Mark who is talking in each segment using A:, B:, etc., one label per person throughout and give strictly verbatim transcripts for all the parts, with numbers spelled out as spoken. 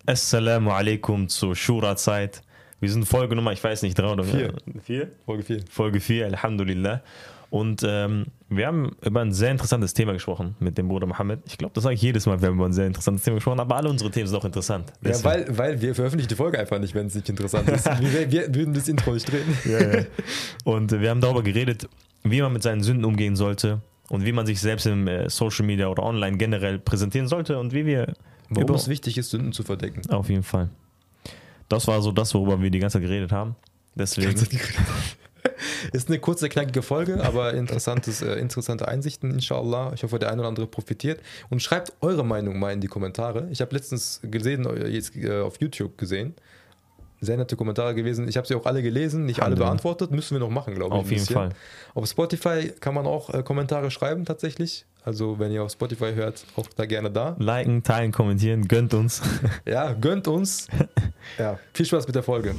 A: Assalamu alaikum zur Shura-Zeit. Wir sind Folge Nummer, ich weiß nicht, drei oder
B: vier.
A: vier?
B: Folge vier.
A: Folge vier, Alhamdulillah. Und ähm, wir haben über ein sehr interessantes Thema gesprochen mit dem Bruder Mohammed. Ich glaube, das sage ich jedes Mal, wir haben über ein sehr interessantes Thema gesprochen, aber alle unsere Themen sind auch interessant.
B: Ja, weil, weil wir veröffentlichen die Folge einfach nicht, wenn es nicht interessant ist. wir, wir würden das Intro nicht drehen.
A: Ja, ja. Und äh, wir haben darüber geredet, wie man mit seinen Sünden umgehen sollte und wie man sich selbst im äh, Social Media oder online generell präsentieren sollte und wie wir...
B: Warum
A: über
B: es wichtig ist, Sünden zu verdecken.
A: Auf jeden Fall. Das war so das, worüber wir die ganze Zeit geredet haben. Deswegen.
B: Ist eine kurze, knackige Folge, aber interessantes, äh, interessante Einsichten, inshallah. Ich hoffe, der eine oder andere profitiert. Und schreibt eure Meinung mal in die Kommentare. Ich habe letztens gesehen, jetzt äh, auf YouTube gesehen, sehr nette Kommentare gewesen. Ich habe sie auch alle gelesen, nicht alle beantwortet. Müssen wir noch machen, glaube ich.
A: Auf jeden Fall.
B: Auf Spotify kann man auch äh, Kommentare schreiben, tatsächlich. Also, wenn ihr auf Spotify hört, auch da gerne da.
A: Liken, teilen, kommentieren, gönnt uns.
B: Ja, gönnt uns. Ja, viel Spaß mit der Folge.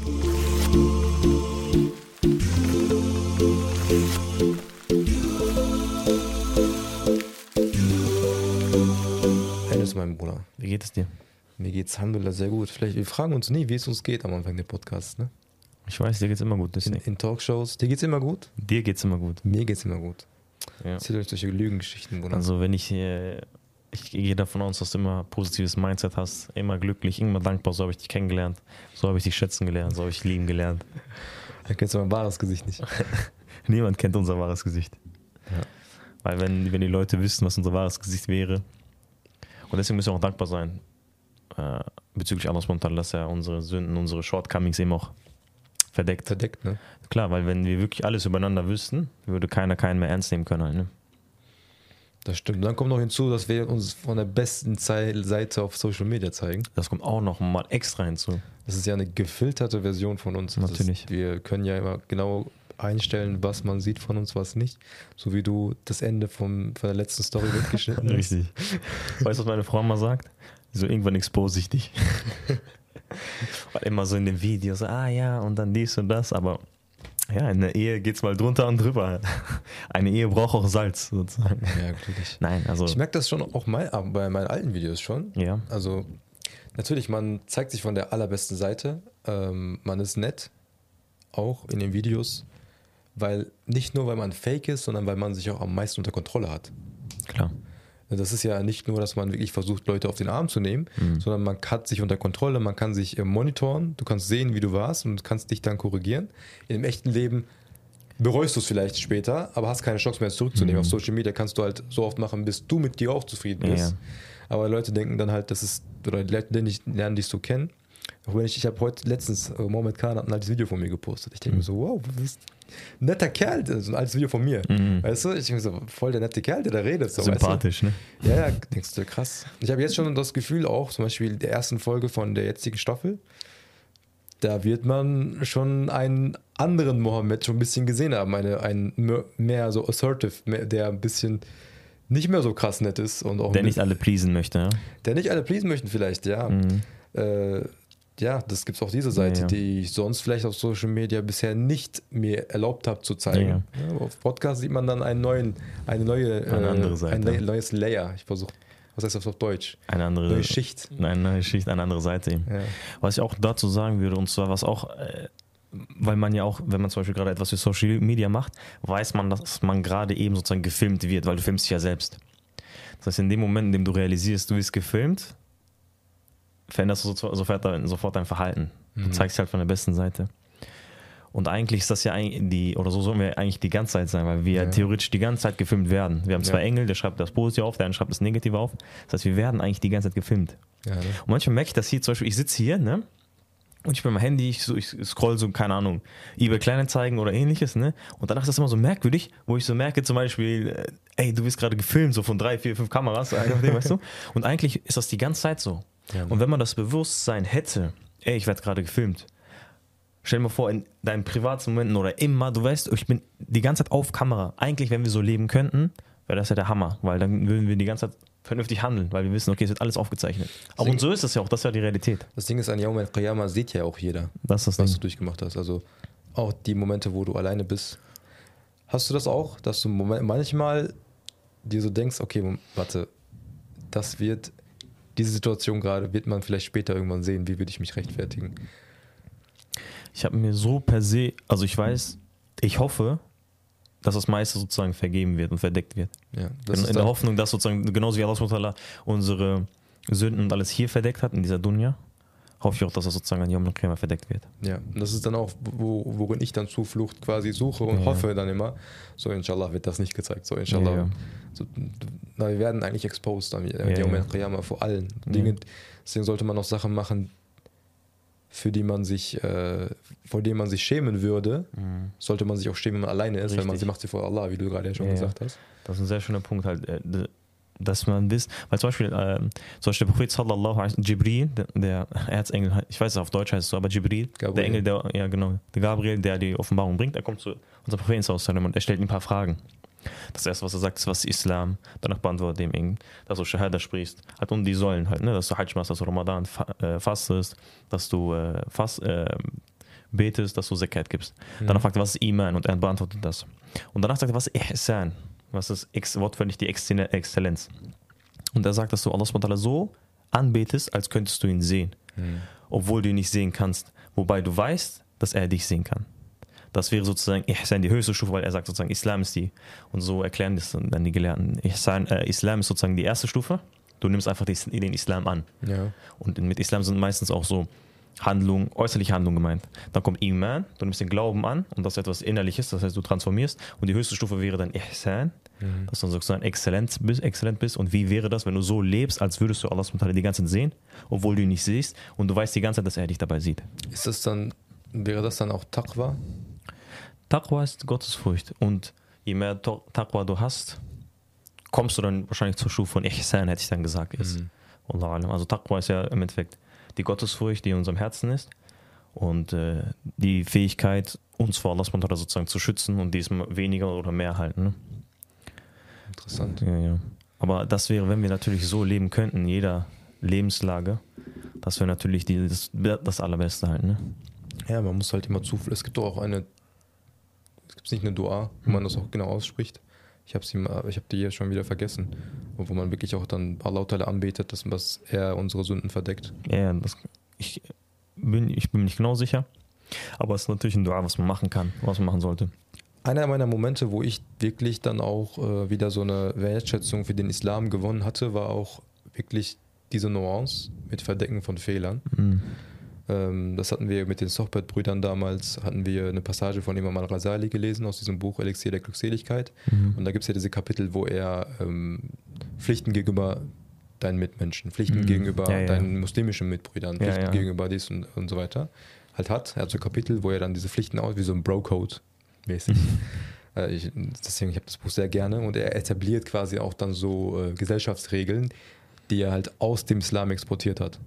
B: Eines, mein Bruder.
A: Wie geht es dir?
B: Mir geht's alhamdulillah sehr gut. Vielleicht, wir fragen uns nie, wie es uns geht am Anfang der Podcasts, ne?
A: Ich weiß, dir geht's immer gut.
B: In, in Talkshows. Dir geht's immer gut?
A: Dir geht's immer gut.
B: Mir geht's immer gut.
A: Ja.
B: Erzählt euch solche Lügengeschichten, Bruder.
A: Also wenn ich, äh, ich gehe davon aus, dass du immer positives Mindset hast, immer glücklich, immer dankbar, so habe ich dich kennengelernt, so habe ich dich schätzen gelernt, so habe ich dich lieben gelernt.
B: Da kennst du mein wahres Gesicht nicht.
A: Niemand kennt unser wahres Gesicht.
B: Ja.
A: Weil wenn, wenn die Leute wüssten, was unser wahres Gesicht wäre, und deswegen müssen wir auch dankbar sein, äh, bezüglich Allah subhanahu wa ta'ala, dass er unsere Sünden, unsere Shortcomings eben auch verdeckt.
B: Verdeckt, ne?
A: Klar, weil wenn wir wirklich alles übereinander wüssten, würde keiner keinen mehr ernst nehmen können. Halt, ne?
B: Das stimmt. Dann kommt noch hinzu, dass wir uns von der besten Seite auf Social Media zeigen.
A: Das kommt auch noch mal extra hinzu.
B: Das ist ja eine gefilterte Version von uns.
A: Natürlich.
B: Ist, wir können ja immer genau einstellen, was man sieht von uns, was nicht. So wie du das Ende vom, von der letzten Story mitgeschnitten hast.
A: Richtig. Weißt du, was meine Frau mal sagt? So, irgendwann expose ich dich. Weil immer so in den Videos, ah ja, und dann dies und das, aber ja, in der Ehe geht's mal drunter und drüber. Eine Ehe braucht auch Salz, sozusagen.
B: Ja, natürlich.
A: Nein, also.
B: Ich merke das schon auch mein, bei meinen alten Videos schon.
A: Ja.
B: Also, natürlich, man zeigt sich von der allerbesten Seite. Ähm, man ist nett, auch in den Videos, weil nicht nur, weil man fake ist, sondern weil man sich auch am meisten unter Kontrolle hat.
A: Klar.
B: Das ist ja nicht nur, dass man wirklich versucht, Leute auf den Arm zu nehmen, mhm. sondern man hat sich unter Kontrolle, man kann sich monitoren, du kannst sehen, wie du warst und kannst dich dann korrigieren. In dem echten Leben bereust du es vielleicht später, aber hast keine Chance mehr, es zurückzunehmen. Mhm. Auf Social Media kannst du halt so oft machen, bis du mit dir auch zufrieden bist. Ja. Aber Leute denken dann halt, das ist, oder die Leute lernen dich so kennen. Auch wenn ich, ich habe heute letztens, uh, Mohammed Khan hat ein altes Video von mir gepostet. Ich denke mhm. mir so, wow, du bist ein netter Kerl, das ist ein altes Video von mir. Mhm. Weißt du, ich denke mir so, voll der nette Kerl, der da redet. So,
A: sympathisch,
B: weißt
A: du?
B: ne? Ja, ja, denkst du, krass. Ich habe jetzt schon das Gefühl auch, zum Beispiel der ersten Folge von der jetzigen Staffel, da wird man schon einen anderen Mohammed schon ein bisschen gesehen haben, eine, einen mehr so assertive, mehr, der ein bisschen nicht mehr so krass nett ist. Und auch
A: der nicht alle pleasen möchte, ja?
B: Der nicht alle pleasen möchten vielleicht, ja. Mhm. Äh, Ja, das gibt es auch diese Seite, ja, ja. die ich sonst vielleicht auf Social Media bisher nicht mir erlaubt habe zu zeigen. Ja, ja. Ja, auf Podcast sieht man dann einen neuen, eine neue,
A: eine
B: äh,
A: andere Seite.
B: ein neues Layer. Ich versuche, was heißt das auf Deutsch?
A: Eine andere
B: neue Schicht.
A: Eine neue Schicht, eine andere Seite eben. Ja. Was ich auch dazu sagen würde, und zwar was auch, äh, weil man ja auch, wenn man zum Beispiel gerade etwas für Social Media macht, weiß man, dass man gerade eben sozusagen gefilmt wird, weil du filmst dich ja selbst. Das heißt, in dem Moment, in dem du realisierst, du wirst gefilmt, veränderst du sofort, sofort dein Verhalten. Du mhm. zeigst halt von der besten Seite. Und eigentlich ist das ja die, oder so sollen wir eigentlich die ganze Zeit sein, weil wir ja. theoretisch die ganze Zeit gefilmt werden. Wir haben zwei ja. Engel, der schreibt das Positive auf, der eine schreibt das Negative auf. Das heißt, wir werden eigentlich die ganze Zeit gefilmt.
B: Ja, ne?
A: Und manchmal merke ich das hier, zum Beispiel, ich sitze hier, ne? Und ich bin mein Handy, ich, so, ich scroll so, keine Ahnung, eBay Kleinanzeigen oder ähnliches, ne? Und danach ist das immer so merkwürdig, wo ich so merke, zum Beispiel, ey, du wirst gerade gefilmt, so von drei, vier, fünf Kameras, weißt du? Und eigentlich ist das die ganze Zeit so. Ja, und wenn man das Bewusstsein hätte, ey, ich werde gerade gefilmt, stell dir mal vor, in deinen privaten Momenten oder immer, du weißt, ich bin die ganze Zeit auf Kamera. Eigentlich, wenn wir so leben könnten, wäre das ja der Hammer, weil dann würden wir die ganze Zeit vernünftig handeln, weil wir wissen, okay, es wird alles aufgezeichnet. Aber und so ist es ja auch, das ist ja die Realität.
B: Das Ding ist, an Yawm al-Qiyamah sieht ja auch jeder,
A: das ist das
B: was
A: Ding.
B: du durchgemacht hast. Also auch die Momente, wo du alleine bist. Hast du das auch, dass du manchmal dir so denkst, okay, warte, das wird diese Situation gerade wird man vielleicht später irgendwann sehen, wie würde ich mich rechtfertigen.
A: Ich habe mir so per se, also ich weiß, ich hoffe, dass das meiste sozusagen vergeben wird und verdeckt wird.
B: Ja, das
A: in
B: ist
A: in der
B: dann-
A: Hoffnung, dass sozusagen, genauso wie Allah subhanahu wa ta'ala unsere Sünden und alles hier verdeckt hat, in dieser Dunya, hoffe ich auch, dass das sozusagen an Yom al-Qiyamah verdeckt wird.
B: Ja, und das ist dann auch, wo, worin ich dann Zuflucht quasi suche und
A: Ja.
B: hoffe dann immer, so inshallah wird das nicht gezeigt, so inshallah.
A: Ja, ja.
B: So, na, wir werden eigentlich exposed dann,
A: Ja,
B: Yom
A: ja.
B: al-Qiyamah vor allen
A: Ja.
B: Dingen. Deswegen sollte man auch Sachen machen, für die man sich, äh, vor denen man sich schämen würde, sollte man sich auch schämen, wenn man alleine ist, weil man
A: Richtig.
B: sie macht sie vor Allah, wie du gerade ja schon
A: Ja, ja.
B: gesagt hast.
A: Das ist ein sehr schöner Punkt halt, äh, d- dass man wisst, weil zum Beispiel, äh, zum Beispiel der Prophet sallallahu alaihi wasallam, Jibril, der, der Erzengel, ich weiß, auf Deutsch heißt es so, aber Jibril,
B: Gabriel.
A: der Engel, der, ja genau, der Gabriel, der die Offenbarung bringt, er kommt zu unserem Propheten sallallahu alaihi wasallam und er stellt ihm ein paar Fragen. Das erste, was er sagt, ist, was ist Islam? Danach beantwortet er dem Engel, dass du Shahada sprichst, halt um die Säulen halt, ne? Dass du Hajj machst, dass du Ramadan fa äh, fastest, dass du äh, fast, äh, betest, dass du Zakat gibst.
B: Mhm.
A: Danach fragt er, was ist Iman? Und er beantwortet das. Und danach sagt er, was ist Ihsan? Was ist ex wortwörtlich die Exzellen- Exzellenz? Und er sagt, dass du Allah subhanahu wa ta'ala so anbetest, als könntest du ihn sehen,
B: Mhm.
A: obwohl du ihn nicht sehen kannst, wobei du weißt, dass er dich sehen kann. Das wäre sozusagen Ihsan, die höchste Stufe, weil er sagt sozusagen, Islam ist die. Und so erklären das dann die Gelehrten. Ihsan, äh, Islam ist sozusagen die erste Stufe. Du nimmst einfach die, den Islam an.
B: Ja.
A: Und mit Islam sind meistens auch so Handlungen, äußerliche Handlungen gemeint. Dann kommt Iman, du nimmst den Glauben an und das ist etwas Innerliches, das heißt, du transformierst. Und die höchste Stufe wäre dann Ihsan,
B: Mhm.
A: dass du sozusagen exzellent bist, exzellent bist. Und wie wäre das, wenn du so lebst, als würdest du Allah subhanahu wa ta'ala die ganze Zeit sehen, obwohl du ihn nicht siehst und du weißt die ganze Zeit, dass er dich dabei sieht.
B: Ist das dann, wäre das dann auch Taqwa?
A: Taqwa ist Gottesfurcht. Und je mehr Ta- Taqwa du hast, kommst du dann wahrscheinlich zur Stufe von Ihsan, hätte ich dann gesagt, ist.
B: Mhm.
A: Wallahu alam. Also Taqwa ist ja im Endeffekt die Gottesfurcht, die in unserem Herzen ist und äh, die Fähigkeit, uns vor Allah subhanahu wa ta'ala sozusagen zu schützen und dies weniger oder mehr halten. Ne?
B: Interessant.
A: Ja, ja. Aber das wäre, wenn wir natürlich so leben könnten, in jeder Lebenslage, das wäre natürlich die, das, das Allerbeste halt. Ne?
B: Ja, man muss halt immer Zuflucht. Es gibt doch auch eine, es gibt nicht eine Dua, wo man das auch genau ausspricht. Ich habe sie mal, ich habe die jetzt schon wieder vergessen. Und wo man wirklich auch dann Allah Ta'ala anbetet, dass, dass er unsere Sünden verdeckt.
A: Ja, ja, das, ich, bin, ich bin mir nicht genau sicher. Aber es ist natürlich ein Dua, was man machen kann, was man machen sollte.
B: Einer meiner Momente, wo ich wirklich dann auch äh, wieder so eine Wertschätzung für den Islam gewonnen hatte, war auch wirklich diese Nuance mit Verdecken von Fehlern.
A: Mhm.
B: Ähm, das hatten wir mit den Sohbet-Brüdern damals, hatten wir eine Passage von Imam al-Ghazali gelesen aus diesem Buch Elixier der Glückseligkeit.
A: Mhm.
B: Und da gibt es ja diese Kapitel, wo er ähm, Pflichten gegenüber deinen Mitmenschen, Pflichten
A: Mhm.
B: gegenüber
A: Ja, ja.
B: deinen muslimischen Mitbrüdern,
A: Ja,
B: Pflichten
A: ja.
B: gegenüber dies und, und so weiter halt hat. Er hat so Kapitel, wo er dann diese Pflichten aus, wie so ein Bro-Code mäßig. Äh, ich, deswegen, ich habe das Buch sehr gerne und er etabliert quasi auch dann so äh, Gesellschaftsregeln, die er halt aus dem Islam exportiert hat.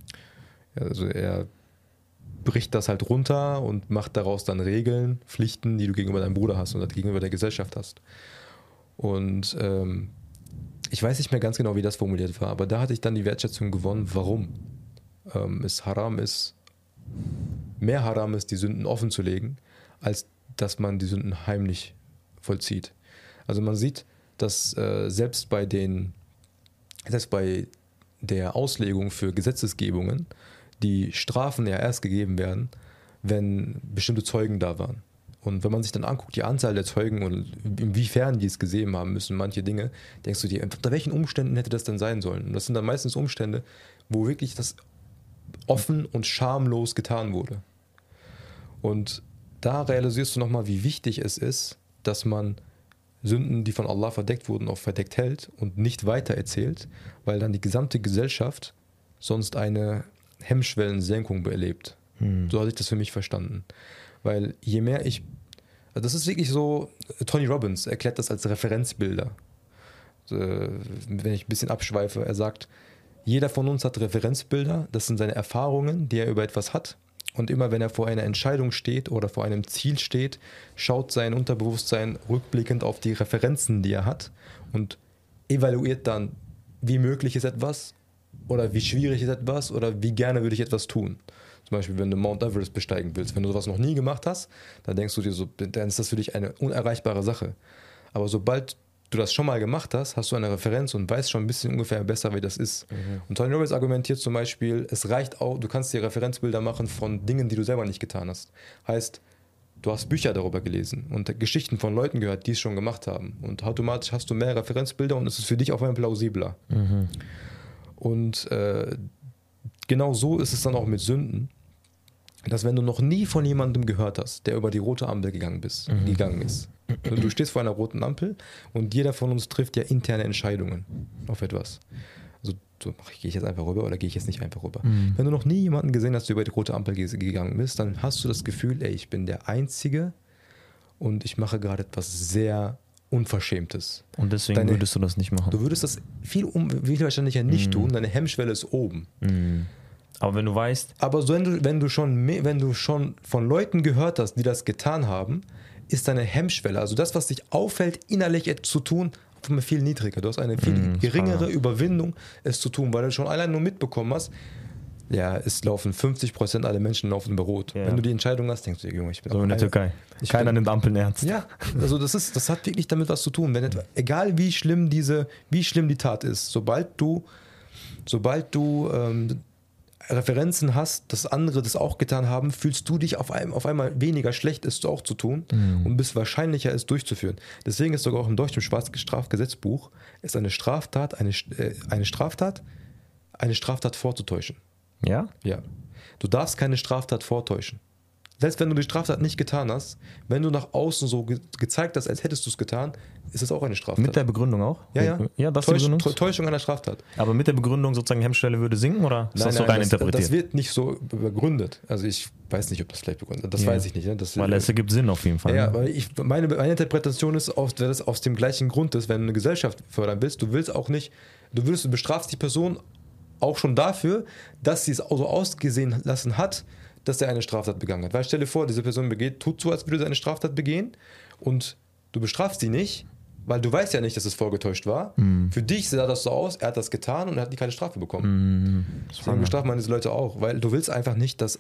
B: Also er bricht das halt runter und macht daraus dann Regeln, Pflichten, die du gegenüber deinem Bruder hast und gegenüber der Gesellschaft hast. Und ähm, ich weiß nicht mehr ganz genau, wie das formuliert war, aber da hatte ich dann die Wertschätzung gewonnen, warum ähm, es haram ist, mehr haram ist, die Sünden offen zu legen, als dass man die Sünden heimlich vollzieht. Also man sieht, dass äh, selbst bei den, selbst bei der Auslegung für Gesetzesgebungen die Strafen ja erst gegeben werden, wenn bestimmte Zeugen da waren. Und wenn man sich dann anguckt, die Anzahl der Zeugen und inwiefern die es gesehen haben müssen, manche Dinge, denkst du dir, unter welchen Umständen hätte das denn sein sollen? Und das sind dann meistens Umstände, wo wirklich das offen und schamlos getan wurde. Und da realisierst du nochmal, wie wichtig es ist, dass man Sünden, die von Allah verdeckt wurden, auch verdeckt hält und nicht weitererzählt, weil dann die gesamte Gesellschaft sonst eine Hemmschwellensenkung erlebt.
A: Hm.
B: So hatte ich das für mich verstanden. Weil je mehr ich, also das ist wirklich so, Tony Robbins erklärt das als Referenzbilder. So, wenn ich ein bisschen abschweife, er sagt, jeder von uns hat Referenzbilder, das sind seine Erfahrungen, die er über etwas hat. Und immer wenn er vor einer Entscheidung steht oder vor einem Ziel steht, schaut sein Unterbewusstsein rückblickend auf die Referenzen, die er hat und evaluiert dann, wie möglich ist etwas oder wie schwierig ist etwas oder wie gerne würde ich etwas tun. Zum Beispiel, wenn du Mount Everest besteigen willst, wenn du sowas noch nie gemacht hast, dann denkst du dir so, dann ist das für dich eine unerreichbare Sache. Aber sobald du das schon mal gemacht hast, hast du eine Referenz und weißt schon ein bisschen ungefähr besser, wie das ist. Mhm. Und Tony Robbins argumentiert zum Beispiel, es reicht auch, du kannst dir Referenzbilder machen von Dingen, die du selber nicht getan hast. Heißt, du hast Bücher darüber gelesen und Geschichten von Leuten gehört, die es schon gemacht haben. Und automatisch hast du mehr Referenzbilder und es ist für dich auf einmal plausibler. Mhm. Und äh, genau so ist es dann auch mit Sünden, dass wenn du noch nie von jemandem gehört hast, der über die rote Ampel gegangen, bist, mhm. gegangen ist, also du stehst vor einer roten Ampel und jeder von uns trifft ja interne Entscheidungen auf etwas. Also so, gehe ich jetzt einfach rüber oder gehe ich jetzt nicht einfach rüber? Mhm. Wenn du noch nie jemanden gesehen hast, der über die rote Ampel gegangen bist, dann hast du das Gefühl, ey, ich bin der Einzige und ich mache gerade etwas sehr Unverschämtes.
A: Und deswegen Deine, würdest du das nicht machen?
B: Du würdest das viel, um, viel wahrscheinlicher nicht mhm. tun, deine Hemmschwelle ist oben.
A: Mhm. Aber wenn du weißt...
B: Aber so, wenn, du, wenn, du schon, wenn du schon von Leuten gehört hast, die das getan haben, ist deine Hemmschwelle, also das, was dich auffällt, innerlich zu tun, viel niedriger. Du hast eine viel mm, geringere Überwindung, es zu tun, weil du schon allein nur mitbekommen hast, ja, es laufen fünfzig Prozent aller Menschen laufen über Rot. Ja. Wenn du die Entscheidung hast, denkst du, Junge, ich bin
A: so in der Türkei. Keiner bin, nimmt Ampeln ernst.
B: Ja, also das ist, das hat wirklich damit was zu tun. Wenn etwa, egal wie schlimm diese, wie schlimm die Tat ist, sobald du, sobald du ähm, Referenzen hast, dass andere das auch getan haben, fühlst du dich auf, ein, auf einmal weniger schlecht, es auch zu tun mhm. und bist wahrscheinlicher, es durchzuführen. Deswegen ist sogar auch im deutschen Strafgesetzbuch ist eine Straftat, eine, äh, eine Straftat, eine Straftat vorzutäuschen.
A: Ja?
B: Ja. Du darfst keine Straftat vortäuschen. Selbst wenn du die Straftat nicht getan hast, wenn du nach außen so ge- gezeigt hast, als hättest du es getan, ist es auch eine Straftat.
A: Mit der Begründung auch?
B: Ja, ja.
A: ja das
B: Täusch, Täuschung einer Straftat.
A: Aber mit der Begründung sozusagen Hemmschwelle würde sinken oder ist
B: nein,
A: das so
B: nein,
A: rein
B: das,
A: interpretiert?
B: Das wird nicht so begründet. Also ich weiß nicht, ob das vielleicht begründet Das ja. weiß ich nicht. Ne? Das,
A: weil es ergibt Sinn auf jeden Fall.
B: Ja,
A: ne?
B: weil ich, meine, meine Interpretation ist, dass das aus dem gleichen Grund ist, wenn du eine Gesellschaft fördern willst, du willst auch nicht, du willst, du bestrafst die Person auch schon dafür, dass sie es so ausgesehen lassen hat, dass er eine Straftat begangen hat. Weil stell dir vor, diese Person begeht, tut so, als würde sie eine Straftat begehen und du bestrafst sie nicht, weil du weißt ja nicht, dass es vorgetäuscht war. Mhm. Für dich sah das so aus, er hat das getan und er hat keine Strafe bekommen. Mhm. Deswegen bestraft man diese Leute auch, weil du willst einfach nicht, dass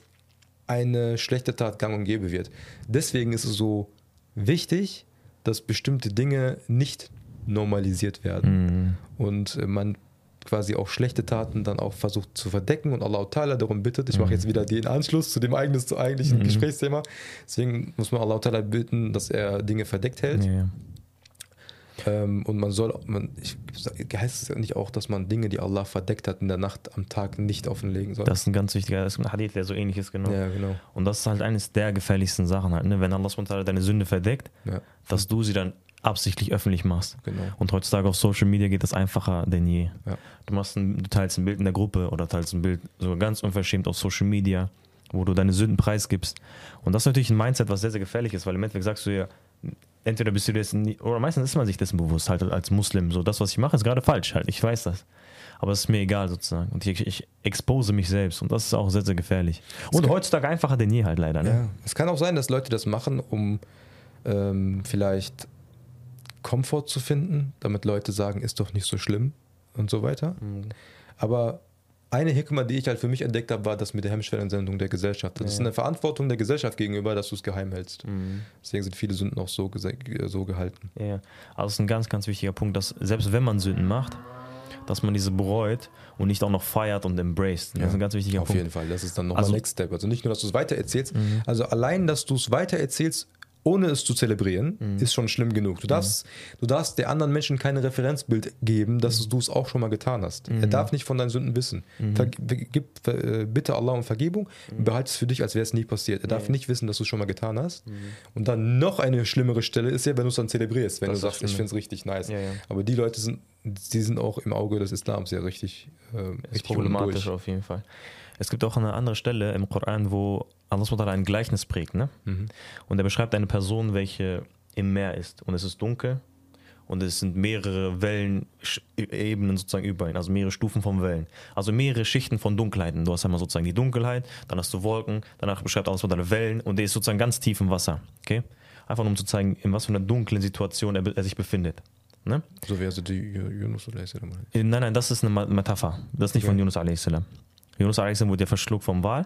B: eine schlechte Tat gang und gäbe wird. Deswegen ist es so wichtig, dass bestimmte Dinge nicht normalisiert werden. Mhm. Und man quasi auch schlechte Taten dann auch versucht zu verdecken und Allah Ta'ala darum bittet. Ich mache jetzt wieder den Anschluss zu dem eigenen, zu eigentlichen mhm. Gesprächsthema. Deswegen muss man Allah Ta'ala bitten, dass er Dinge verdeckt hält. Ja. Ähm, und man soll, man, ich, heißt es ja nicht auch, dass man Dinge, die Allah verdeckt hat, in der Nacht am Tag nicht offenlegen soll?
A: Das ist ein ganz wichtiger, das ist ein Hadith, der so ähnlich ist, genau.
B: Ja, genau.
A: Und das ist halt eines der gefährlichsten Sachen halt, ne? Wenn Allah deine Sünde verdeckt, ja. dass du sie dann absichtlich öffentlich machst.
B: Genau.
A: Und heutzutage auf Social Media geht das einfacher denn je.
B: Ja.
A: Du machst ein, du teilst ein Bild in der Gruppe oder teilst ein Bild so ganz unverschämt auf Social Media, wo du deine Sünden preisgibst. Und das ist natürlich ein Mindset, was sehr, sehr gefährlich ist, weil im Endeffekt sagst du ja, entweder bist du dessen, oder meistens ist man sich dessen bewusst, halt als Muslim. So, das, was ich mache, ist gerade falsch halt. Ich weiß das. Aber es ist mir egal sozusagen. Und ich, ich expose mich selbst. Und das ist auch sehr, sehr gefährlich. Und kann, heutzutage einfacher denn je halt leider. Ne?
B: Ja. Es kann auch sein, dass Leute das machen, um ähm, vielleicht Komfort zu finden, damit Leute sagen, ist doch nicht so schlimm und so weiter. Mhm. Aber eine Hikma, die ich halt für mich entdeckt habe, war das mit der Hemmschwellensendung der Gesellschaft. Das ja. ist eine Verantwortung der Gesellschaft gegenüber, dass du es geheim hältst. Mhm. Deswegen sind viele Sünden auch so, so gehalten.
A: Ja, also es ist ein ganz, ganz wichtiger Punkt, dass selbst wenn man Sünden macht, dass man diese bereut und nicht auch noch feiert und embraced. Das
B: ja,
A: ist ein ganz wichtiger
B: auf
A: Punkt.
B: Auf jeden Fall, das ist dann nochmal
A: also,
B: Next Step. Also nicht nur, dass du es weitererzählst,
A: mhm.
B: also allein, dass du es weitererzählst, ohne es zu zelebrieren, mhm. ist schon schlimm genug. Du darfst, mhm. du darfst der anderen Menschen kein Referenzbild geben, dass du es auch schon mal getan hast. Mhm. Er darf nicht von deinen Sünden wissen. Mhm. Vergib, ver, bitte Allah um Vergebung mhm. und behalte es für dich, als wäre es nie passiert. Er darf mhm. nicht wissen, dass du es schon mal getan hast. Mhm. Und dann noch eine schlimmere Stelle ist ja, wenn du es dann zelebrierst, wenn das du sagst, ich finde es richtig nice.
A: Ja, ja.
B: Aber die Leute sind, die sind auch im Auge des Islams ja richtig, äh, richtig
A: problematisch auf jeden Fall. Es gibt auch eine andere Stelle im Koran, wo Allah ein Gleichnis prägt, ne?
B: Mhm.
A: Und er beschreibt eine Person, welche im Meer ist und es ist dunkel und es sind mehrere Wellenebenen sozusagen über ihn, also mehrere Stufen von Wellen. Also mehrere Schichten von Dunkelheiten. Du hast einmal sozusagen die Dunkelheit, dann hast du Wolken, danach beschreibt Allah Wellen und der ist sozusagen ganz tief im Wasser, okay? Einfach nur um zu zeigen, in was für einer dunklen Situation er, er sich befindet. Ne?
B: So wie also die Yunus a.s.
A: Nein, nein, das ist eine Metapher. Das ist nicht okay. von Yunus a.s. Yunus a.s. wurde ja verschluckt vom Wal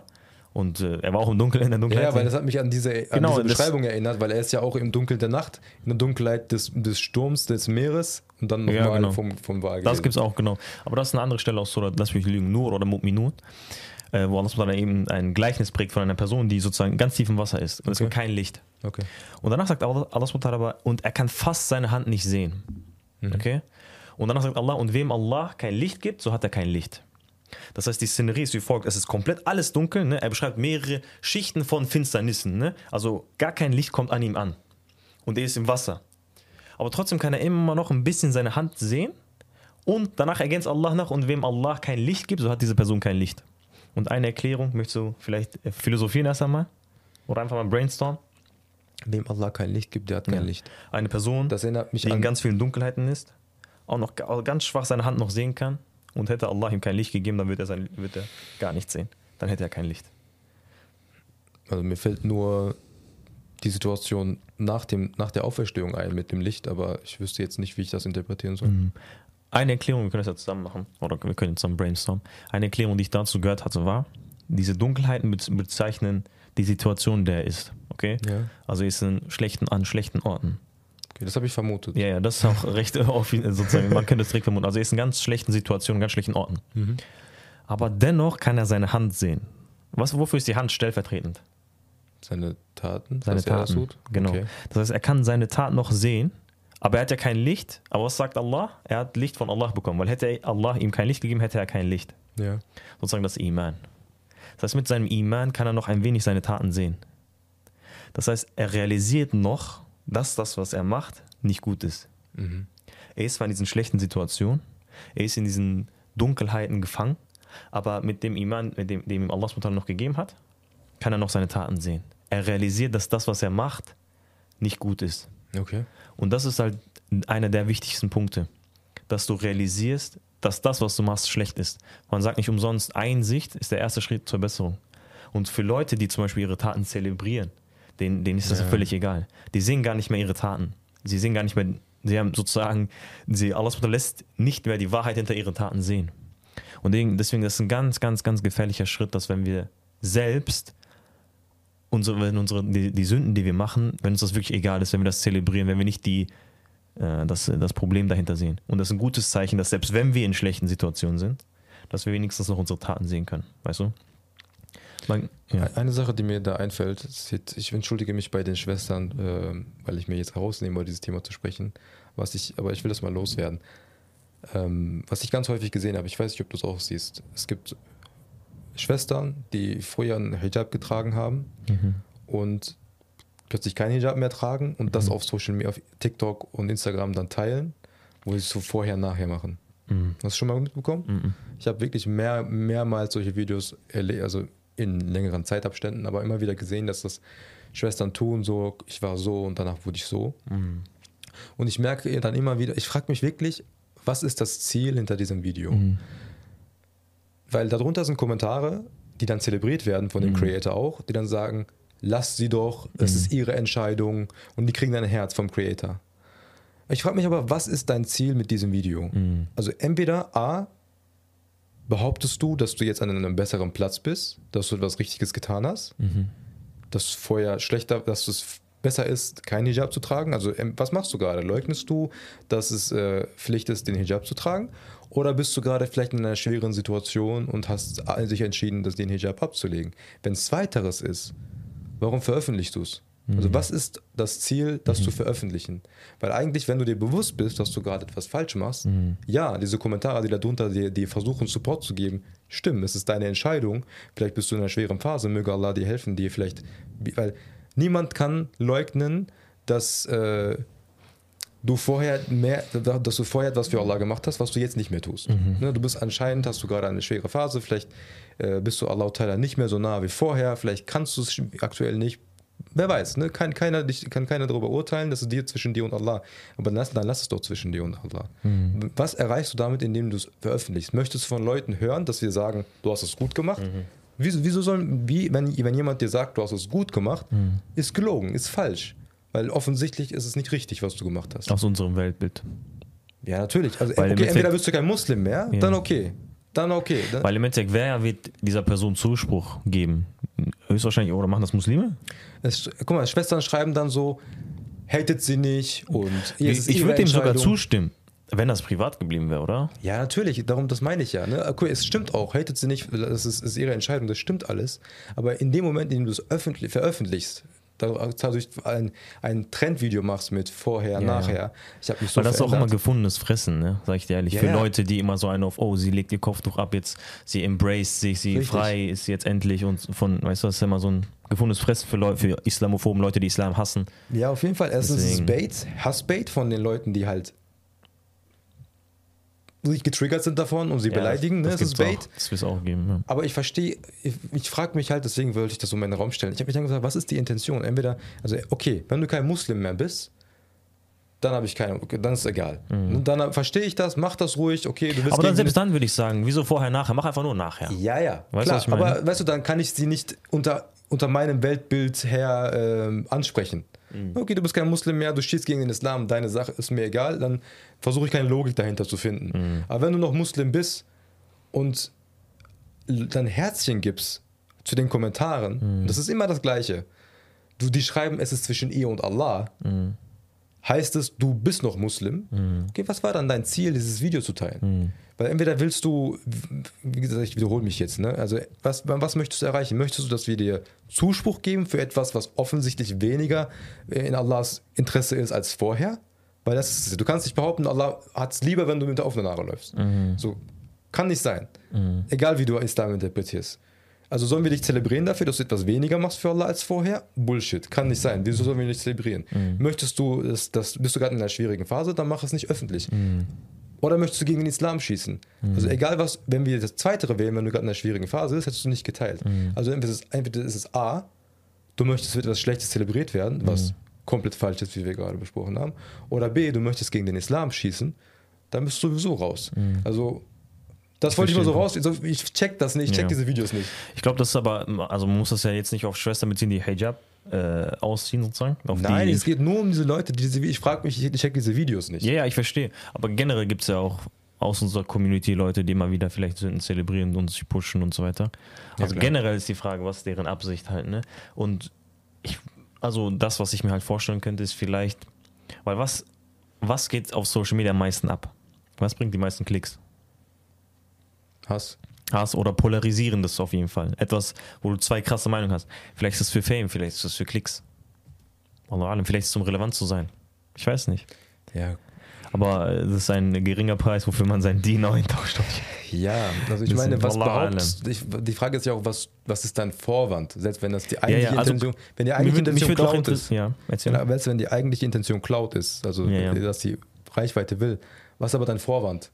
A: Und äh, er war auch im Dunkeln, in der Dunkelheit.
B: Ja, weil das hat mich an diese, an
A: Genau,
B: diese
A: das-
B: Beschreibung erinnert, weil er ist ja auch im Dunkel der Nacht, in der Dunkelheit des, des Sturms, des Meeres und dann
A: Ja,
B: nochmal
A: genau.
B: vom, vom Wal.
A: Das gibt es auch, genau. Aber das ist eine andere Stelle aus Surah, lass mich lügen, Nur oder Mu'minun, äh, wo Allah dann eben ein Gleichnis prägt von einer Person, die sozusagen ganz tief im Wasser ist. Und es
B: Okay.
A: gibt kein Licht.
B: Okay.
A: Und danach sagt Allah, Allah subhanahu wa ta'ala aber, und er kann fast seine Hand nicht sehen.
B: Mhm.
A: Okay? Und danach sagt Allah, und wem Allah kein Licht gibt, so hat er kein Licht. Das heißt, die Szenerie ist wie folgt: Es ist komplett alles dunkel. Ne? Er beschreibt mehrere Schichten von Finsternissen. Ne? Also gar kein Licht kommt an ihm an. Und er ist im Wasser. Aber trotzdem kann er immer noch ein bisschen seine Hand sehen. Und danach ergänzt Allah nach, und wem Allah kein Licht gibt, so hat diese Person kein Licht. Und eine Erklärung, möchtest du vielleicht philosophieren erst einmal? Oder einfach mal brainstormen?
B: Wem Allah kein Licht gibt, der hat kein
A: Ja.
B: Licht.
A: Eine Person,
B: Das erinnert mich
A: die in
B: an...
A: ganz vielen Dunkelheiten ist, auch noch ga- ganz schwach seine Hand noch sehen kann, und hätte Allah ihm kein Licht gegeben, dann wird er, sein, wird er gar nichts sehen. Dann hätte er kein Licht.
B: Also mir fällt nur die Situation nach, dem, nach der Auferstehung ein mit dem Licht, aber ich wüsste jetzt nicht, wie ich das interpretieren soll.
A: Eine Erklärung, wir können das ja zusammen machen, oder wir können zusammen brainstormen. Eine Erklärung, die ich dazu gehört hatte, war, diese Dunkelheiten bez- bezeichnen die Situation, der er ist. Okay?
B: Ja.
A: Also er ist in schlechten, an schlechten Orten.
B: Okay, das habe ich vermutet.
A: Ja, ja, das ist auch recht auf ihn, sozusagen, man könnte es direkt vermuten. Also er ist in ganz schlechten Situationen, ganz schlechten Orten.
B: Mhm.
A: Aber dennoch kann er seine Hand sehen. Was, wofür ist die Hand stellvertretend?
B: Seine Taten?
A: Seine
B: dass er das
A: Taten.
B: tut?
A: Genau.
B: Okay.
A: Das heißt, er kann seine Tat noch sehen, aber er hat ja kein Licht. Aber was sagt Allah? Er hat Licht von Allah bekommen, weil hätte Allah ihm kein Licht gegeben, hätte er kein Licht.
B: Ja.
A: Sozusagen das Iman. Das heißt, mit seinem Iman kann er noch ein wenig seine Taten sehen. Das heißt, er realisiert noch, dass das, was er macht, nicht gut ist.
B: Mhm.
A: Er ist zwar in diesen schlechten Situationen, er ist in diesen Dunkelheiten gefangen, aber mit dem Iman, mit dem, dem ihm Allah subhanahu wa ta'ala noch gegeben hat, kann er noch seine Taten sehen. Er realisiert, dass das, was er macht, nicht gut ist.
B: Okay.
A: Und das ist halt einer der wichtigsten Punkte, dass du realisierst, dass das, was du machst, schlecht ist. Man sagt nicht umsonst, Einsicht ist der erste Schritt zur Besserung. Und für Leute, die zum Beispiel ihre Taten zelebrieren, denen, denen ist das
B: Ja.
A: ja völlig egal. Die sehen gar nicht mehr ihre Taten. Sie sehen gar nicht mehr, sie haben sozusagen, sie, Allah lässt nicht mehr die Wahrheit hinter ihren Taten sehen. Und deswegen, deswegen ist es ein ganz, ganz, ganz gefährlicher Schritt, dass wenn wir selbst unsere, wenn unsere, die, die Sünden, die wir machen, wenn uns das wirklich egal ist, wenn wir das zelebrieren, wenn wir nicht die, äh, das, das Problem dahinter sehen. Und das ist ein gutes Zeichen, dass selbst wenn wir in schlechten Situationen sind, dass wir wenigstens noch unsere Taten sehen können. Weißt du? Man, ja.
B: Eine Sache, die mir da einfällt, ist jetzt, ich entschuldige mich bei den Schwestern, äh, weil ich mir jetzt herausnehme, über dieses Thema zu sprechen, was ich, aber ich will das mal loswerden. Ähm, was ich ganz häufig gesehen habe, ich weiß nicht, ob du es auch siehst, es gibt Schwestern, die früher einen Hijab getragen haben
A: Mhm.
B: und plötzlich keinen Hijab mehr tragen und das
A: Mhm.
B: auf Social Media, auf TikTok und Instagram dann teilen, wo sie es so vorher, nachher machen.
A: Mhm.
B: Hast du schon mal mitbekommen?
A: Mhm.
B: Ich habe wirklich mehr, mehrmals solche Videos erlebt, also in längeren Zeitabständen, aber immer wieder gesehen, dass das Schwestern tun, so, ich war so und danach wurde ich so.
A: Mhm.
B: Und ich merke dann immer wieder, ich frage mich wirklich, was ist das Ziel hinter diesem Video?
A: Mhm.
B: Weil darunter sind Kommentare, die dann zelebriert werden von dem
A: Mhm.
B: Creator auch, die dann sagen, lasst sie doch, es
A: Mhm.
B: ist ihre Entscheidung und die kriegen dann ein Herz vom Creator. Ich frage mich aber, was ist dein Ziel mit diesem Video?
A: Mhm.
B: Also entweder A, behauptest du, dass du jetzt an einem besseren Platz bist, dass du etwas Richtiges getan hast,
A: Mhm.
B: dass es vorher schlechter, dass es besser ist, keinen Hijab zu tragen? Also ähm, was machst du gerade? Leugnest du, dass es äh, Pflicht ist, den Hijab zu tragen? Oder bist du gerade vielleicht in einer schweren Situation und hast äh, sich entschieden, das, den Hijab abzulegen? Wenn es Zweiteres ist, warum veröffentlichst du es? Also was ist das Ziel, das zu veröffentlichen? Weil eigentlich, wenn du dir bewusst bist, dass du gerade etwas falsch machst,
A: Mhm.
B: ja, diese Kommentare, die darunter dir, dir versuchen, Support zu geben, stimmen, es ist deine Entscheidung. Vielleicht bist du in einer schweren Phase, möge Allah dir helfen, dir vielleicht, weil niemand kann leugnen, dass äh, du vorher mehr, dass du vorher etwas für Allah gemacht hast, was du jetzt nicht mehr tust.
A: Mhm.
B: Ne, du bist anscheinend, hast du gerade eine schwere Phase, vielleicht äh, bist du Allah Ta'ala nicht mehr so nah wie vorher, vielleicht kannst du es aktuell nicht. Wer weiß, ne? kann, keiner, dich, kann keiner darüber urteilen, das ist dir zwischen dir und Allah. Aber dann lass, dann lass es doch zwischen dir und Allah.
A: Mhm.
B: Was erreichst du damit, indem du es veröffentlichst? Möchtest du von Leuten hören, dass sie sagen, du hast es gut gemacht?
A: Mhm.
B: Wieso, wieso sollen, wie, wenn, wenn jemand dir sagt, du hast es gut gemacht,
A: Mhm.
B: ist gelogen, ist falsch. Weil offensichtlich ist es nicht richtig, was du gemacht hast.
A: Aus unserem Weltbild.
B: Ja, natürlich. Also,
A: Weil im
B: okay,
A: Endeffekt-
B: entweder bist du kein Muslim mehr,
A: Ja.
B: dann okay. Dann okay. Dann,
A: Weil im Endeffekt, wer wird dieser Person Zuspruch geben? Höchstwahrscheinlich, oder machen das Muslime?
B: Es, guck mal, Schwestern schreiben dann so, hatet sie nicht und ihr
A: Ich, ich würde dem sogar zustimmen, wenn das privat geblieben wäre, oder?
B: Ja, natürlich, darum, das meine ich ja. Ne? Okay, es stimmt auch, hatet sie nicht, das ist, ist ihre Entscheidung, das stimmt alles. Aber in dem Moment, in dem du es öffentlich, veröffentlichst, dadurch ein, ein Trendvideo machst mit vorher,
A: Ja,
B: nachher,
A: ja.
B: ich habe mich so
A: Weil das ist auch immer
B: verändert.
A: gefundenes Fressen, ne? Sag ich dir ehrlich.
B: Ja,
A: Für
B: ja.
A: Leute, die immer so einen auf, oh, sie legt ihr Kopftuch ab, jetzt sie embraced sich, sie
B: Richtig.
A: frei ist jetzt endlich und von, weißt du, das ist immer so ein gefundenes Fressen für, Leu für Islamophoben, Leute, die Islam hassen.
B: Ja, auf jeden Fall. Erstens ist es
A: Deswegen.
B: Bait, Hassbait von den Leuten, die halt nicht getriggert sind davon und sie
A: Ja,
B: beleidigen.
A: das,
B: Ne?
A: das
B: Es ist
A: gibt's
B: Bait.
A: auch. Das wird es auch geben, ja.
B: Aber ich verstehe, ich, ich frage mich halt, deswegen wollte ich das so in meinen Raum stellen. Ich habe mich dann gesagt, was ist die Intention? Entweder, also okay, wenn du kein Muslim mehr bist, dann habe ich keine, dann ist es egal. Und dann verstehe ich das, mach das ruhig, okay, du willst
A: Aber dann
B: gegen-
A: selbst dann würde ich sagen, wieso vorher, nachher? Mach einfach nur nachher.
B: Ja, ja,
A: Weißt du,
B: klar,
A: was ich meine?
B: aber weißt du, dann kann ich sie nicht unter, unter meinem Weltbild her ähm, ansprechen.
A: Mhm.
B: Okay, du bist kein Muslim mehr, du stehst gegen den Islam, deine Sache ist mir egal, dann versuche ich keine Logik dahinter zu finden.
A: Mhm.
B: Aber wenn du noch Muslim bist und l- dann Herzchen gibst zu den Kommentaren,
A: Mhm.
B: das ist immer das Gleiche. Du, die schreiben, es ist zwischen ihr und Allah.
A: Mhm.
B: Heißt es, du bist noch Muslim? Okay, was war dann dein Ziel, dieses Video zu teilen? Weil entweder willst du, wie gesagt, ich wiederhole mich jetzt, ne? Also was, was möchtest du erreichen? Möchtest du, dass wir dir Zuspruch geben für etwas, was offensichtlich weniger in Allahs Interesse ist als vorher? Weil das ist, du kannst nicht behaupten, Allah hat es lieber, wenn du mit der offenen Nase läufst. So, kann nicht sein. Egal wie du Islam interpretierst. Also sollen wir dich zelebrieren dafür, dass du etwas weniger machst für Allah als vorher? Bullshit, kann nicht sein. Wieso sollen wir dich zelebrieren? Möchtest du, das, das, bist du gerade in einer schwierigen Phase, dann mach es nicht öffentlich. Oder möchtest du gegen den Islam schießen? Also egal was, wenn wir das Zweite wählen, wenn du gerade in einer schwierigen Phase bist, hättest du nicht geteilt. Also entweder ist, es, entweder ist es A, du möchtest mit etwas Schlechtes zelebriert werden, was komplett falsch ist, wie wir gerade besprochen haben. Oder B, du möchtest gegen den Islam schießen, dann bist du sowieso raus. Also das wollte ich mal so raus. Also ich check das nicht, ich check
A: Ja.
B: diese Videos nicht.
A: Ich glaube, das ist aber, also man muss das ja jetzt nicht auf Schwestern beziehen, die Hijab äh, ausziehen sozusagen. Auf
B: Nein,
A: die,
B: es geht nur um diese Leute, die diese, ich frage mich, ich check diese Videos nicht.
A: Ja, ja, ich verstehe. Aber generell gibt es ja auch aus unserer Community Leute, die immer wieder vielleicht Sünden zelebrieren und sich pushen und so weiter. Also
B: klar.
A: generell ist die Frage, was ist deren Absicht halt, ne? Und ich, also das, was ich mir halt vorstellen könnte, ist vielleicht, weil was, was geht auf Social Media am meisten ab? Was bringt die meisten Klicks?
B: Hass.
A: Hass oder polarisierendes auf jeden Fall. Etwas, wo du zwei krasse Meinungen hast. Vielleicht ist es für Fame, vielleicht ist es für Klicks. Wallahu alam, vielleicht ist es um relevant zu sein. Ich weiß nicht.
B: Ja.
A: Aber äh, das ist ein geringer Preis, wofür man sein Diener eintauscht.
B: Ja, also ich
A: Das
B: meine,
A: sind
B: was
A: Wallah
B: behauptest ich, die Frage ist ja auch, was, was ist dein Vorwand? Selbst wenn das die eigentliche
A: ja, also,
B: Intention, wenn die
A: Mich
B: eigentliche
A: würde mich
B: Intention
A: würd auch
B: Cloud ist,
A: interessieren. Ja, erzähl.
B: wenn, weißt du, wenn die eigentliche Intention Cloud ist, also
A: Ja, ja.
B: dass die Reichweite will, was ist aber dein Vorwand?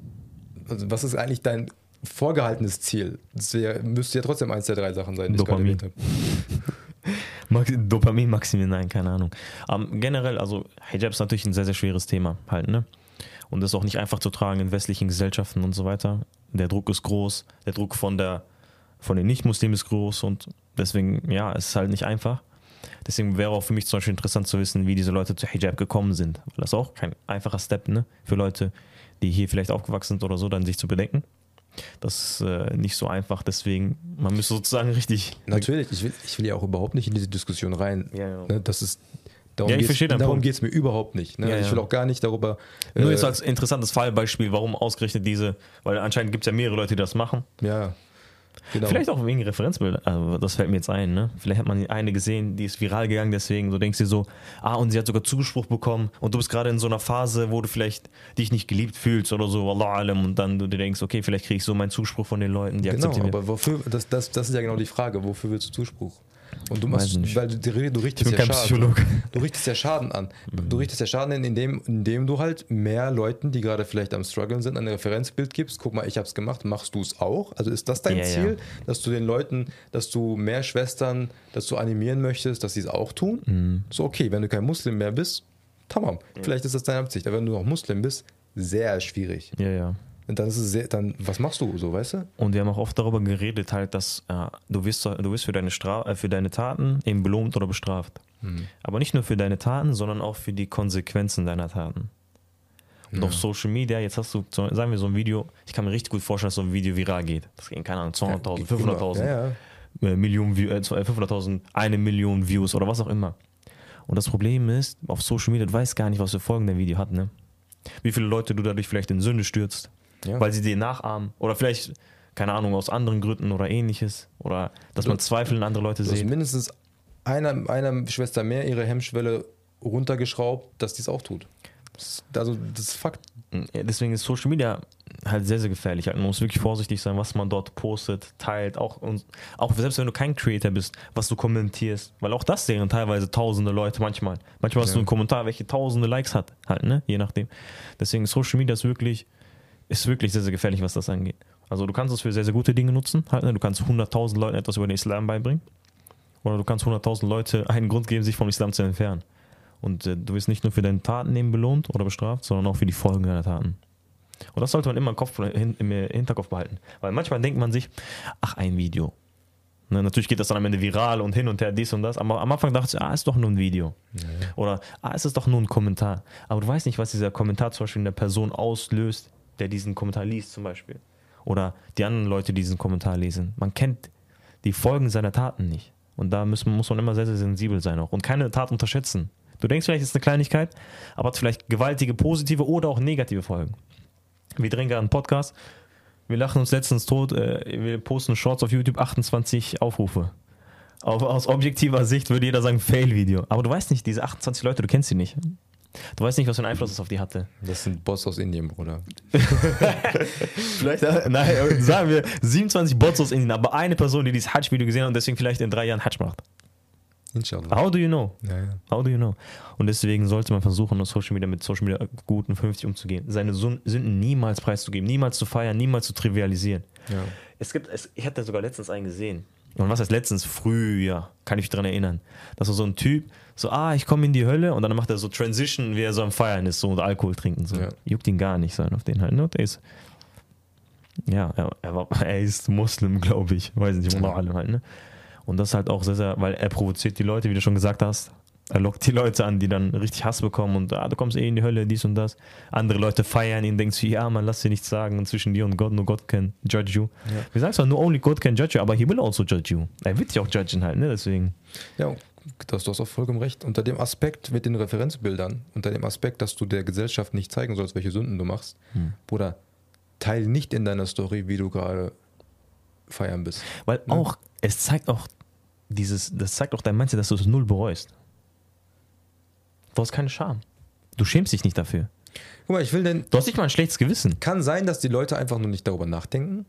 B: Also was ist eigentlich dein vorgehaltenes Ziel? Das wär, müsste ja trotzdem eins der drei Sachen sein, die
A: Dopamin.
B: ich gerade erwähnt
A: Max- Dopamin maximieren, nein, keine Ahnung. Ähm, generell, also Hijab ist natürlich ein sehr, sehr schweres Thema halt, ne? Und das ist auch nicht einfach zu tragen in westlichen Gesellschaften und so weiter. Der Druck ist groß, der Druck von der von den Nicht-Muslimen ist groß und deswegen, ja, es ist halt nicht einfach. Deswegen wäre auch für mich zum Beispiel interessant zu wissen, wie diese Leute zu Hijab gekommen sind. Weil das ist auch kein einfacher Step, ne? Für Leute, die hier vielleicht aufgewachsen sind oder so, dann sich zu bedenken. Das ist äh, nicht so einfach, deswegen, man müsste sozusagen richtig...
B: Natürlich, ich will, ich will ja auch überhaupt nicht in diese Diskussion rein.
A: Ja, ja.
B: Ne, das ist, darum
A: Ja, ich
B: geht's-
A: verstehe deinen
B: darum
A: Punkt.
B: geht es mir überhaupt nicht. Ne?
A: Ja,
B: Ich
A: ja.
B: will auch gar nicht darüber.
A: Nur
B: äh,
A: jetzt als interessantes Fallbeispiel, warum ausgerechnet diese, weil anscheinend gibt es ja mehrere Leute, die das machen.
B: Ja, genau.
A: Vielleicht auch wegen Referenzbilder, also das fällt mir jetzt ein, ne? Vielleicht hat man eine gesehen, die ist viral gegangen, deswegen so denkst du dir so, ah, und sie hat sogar Zuspruch bekommen und du bist gerade in so einer Phase, wo du vielleicht dich nicht geliebt fühlst oder so, Wallahu alam, und dann du dir denkst, okay, vielleicht kriege ich so meinen Zuspruch von den Leuten, die
B: Genau,
A: akzeptieren mich.
B: aber wofür, das, das, das ist ja genau die Frage, wofür willst du Zuspruch? Und du
A: Weiß
B: machst,
A: nicht.
B: weil du, du richtest
A: Ich bin
B: ja
A: kein
B: Schaden.
A: Psychologe.
B: Du richtest ja Schaden an. Du richtest ja Schaden an, indem, indem du halt mehr Leuten, die gerade vielleicht am struggeln sind, ein Referenzbild gibst. Guck mal, ich habe es gemacht, machst du es auch? Also ist das dein
A: Ja, ja.
B: Ziel, dass du den Leuten, dass du mehr Schwestern dazu animieren möchtest, dass sie es auch tun?
A: Mhm.
B: So, okay, wenn du kein Muslim mehr bist, tamam, vielleicht ist das deine Absicht. Aber wenn du noch Muslim bist, sehr schwierig.
A: Ja, ja.
B: Und dann ist es sehr, dann, was machst du so, weißt du?
A: Und wir haben auch oft darüber geredet, halt, dass äh, du wirst, du wirst für, deine Stra äh, für deine Taten eben belohnt oder bestraft. Aber nicht nur für deine Taten, sondern auch für die Konsequenzen deiner Taten. Und
B: Ja.
A: auf Social Media, jetzt hast du, so- sagen wir so ein Video, ich kann mir richtig gut vorstellen, dass so ein Video viral geht. Das geht, keine Ahnung, zweihunderttausend,
B: Ja,
A: fünfhunderttausend.
B: Ja, ja.
A: äh, Millionen View, äh, fünfhunderttausend, eine Million Views oder was auch immer. Und das Problem ist, auf Social Media, du weißt gar nicht, was für Folgen dein Video hat, ne? Wie viele Leute du dadurch vielleicht in Sünde stürzt,
B: Ja.
A: weil sie dir nachahmen oder vielleicht, keine Ahnung, aus anderen Gründen oder ähnliches oder dass man Zweifel in andere Leute
B: Du hast
A: sieht.
B: mindestens einer, einer Schwester mehr ihre Hemmschwelle runtergeschraubt, dass die es auch tut. Das, also das ist Fakt.
A: Ja, deswegen ist Social Media halt sehr, sehr gefährlich. Man muss wirklich vorsichtig sein, was man dort postet, teilt, auch, und, auch selbst wenn du kein Creator bist, was du kommentierst, weil auch das sehen teilweise tausende Leute manchmal. Manchmal hast
B: Ja.
A: du einen Kommentar, welche tausende Likes hat, halt, ne, je nachdem. Deswegen Social Media ist wirklich, ist wirklich sehr, sehr gefährlich, was das angeht. Also du kannst es für sehr, sehr gute Dinge nutzen, halt, ne? Du kannst hunderttausend Leuten etwas über den Islam beibringen oder du kannst hunderttausend Leute einen Grund geben, sich vom Islam zu entfernen. Und äh, du wirst nicht nur für deine Taten eben belohnt oder bestraft, sondern auch für die Folgen deiner Taten. Und das sollte man immer im, Kopf, im Hinterkopf behalten. Weil manchmal denkt man sich, ach, ein Video. Ne, natürlich geht das dann am Ende viral und hin und her, dies und das. Aber am Anfang dachte ich, ah, ist doch nur ein Video.
B: Ja.
A: Oder, ah, es ist doch nur ein Kommentar. Aber du weißt nicht, was dieser Kommentar zum Beispiel in der Person auslöst, der diesen Kommentar liest zum Beispiel. Oder die anderen Leute, die diesen Kommentar lesen. Man kennt die Folgen seiner Taten nicht. Und da muss, muss man immer sehr, sehr sensibel sein auch. Und keine Tat unterschätzen. Du denkst vielleicht, es ist eine Kleinigkeit, aber hat vielleicht gewaltige positive oder auch negative Folgen. Wir drehen gerade einen Podcast. Wir lachen uns letztens tot. Äh, wir posten Shorts auf YouTube, achtundzwanzig Aufrufe. Auf, aus objektiver Sicht würde jeder sagen, Fail-Video. Aber du weißt nicht, diese achtundzwanzig Leute, du kennst sie nicht. Du weißt nicht, was für einen Einfluss es auf die hatte.
B: Das sind Bots aus Indien, Bruder.
A: Vielleicht, äh, nein, sagen wir siebenundzwanzig Bots aus Indien, aber eine Person, die dieses Hajj-Video gesehen hat und deswegen vielleicht in drei Jahren Hajj macht.
B: Inshallah.
A: How do you know?
B: Ja, ja.
A: How do you know? Und deswegen sollte man versuchen, auf Social Media mit Social Media gut und vernünftig umzugehen. Seine Sünden niemals preiszugeben, niemals zu feiern, niemals zu trivialisieren.
B: Ja.
A: Es gibt, es, ich hatte sogar letztens einen gesehen. Und was heißt letztens? Früher, kann ich mich daran erinnern. Das war so ein Typ, so, ah, ich komme in die Hölle und dann macht er so Transition, wie er so am Feiern ist, so und Alkohol trinken. So.
B: Ja.
A: Juckt ihn gar nicht, sein auf den halt. Ne? Der ist, ja, er, er, war, er ist Muslim, glaube ich. Weiß nicht, ja. Allem halt, ne? Und das halt auch sehr, sehr, weil er provoziert die Leute, wie du schon gesagt hast. Er lockt die Leute an, die dann richtig Hass bekommen und ah, du kommst eh in die Hölle, dies und das. Andere Leute feiern ihn, denkst du, ja, man, lass dir nichts sagen und zwischen dir und Gott, nur Gott can judge you.
B: Ja.
A: Wir sagen zwar, nur only God can judge you, aber he will also judge you. Er wird dich auch judgen halt, ne, deswegen.
B: Ja, das, du hast auch vollkommen recht. Unter dem Aspekt mit den Referenzbildern, unter dem Aspekt, dass du der Gesellschaft nicht zeigen sollst, welche Sünden du machst,
A: Hm.
B: Bruder, teil nicht in deiner Story, wie du gerade feiern bist.
A: Weil
B: Ne?
A: auch, es zeigt auch dieses, das zeigt auch dein Mindset, dass du es null bereust. Du hast keine Scham. Du schämst dich nicht dafür.
B: Guck mal, ich will denn,
A: Du hast nicht mal ein schlechtes Gewissen.
B: kann sein, dass die Leute einfach nur nicht darüber nachdenken.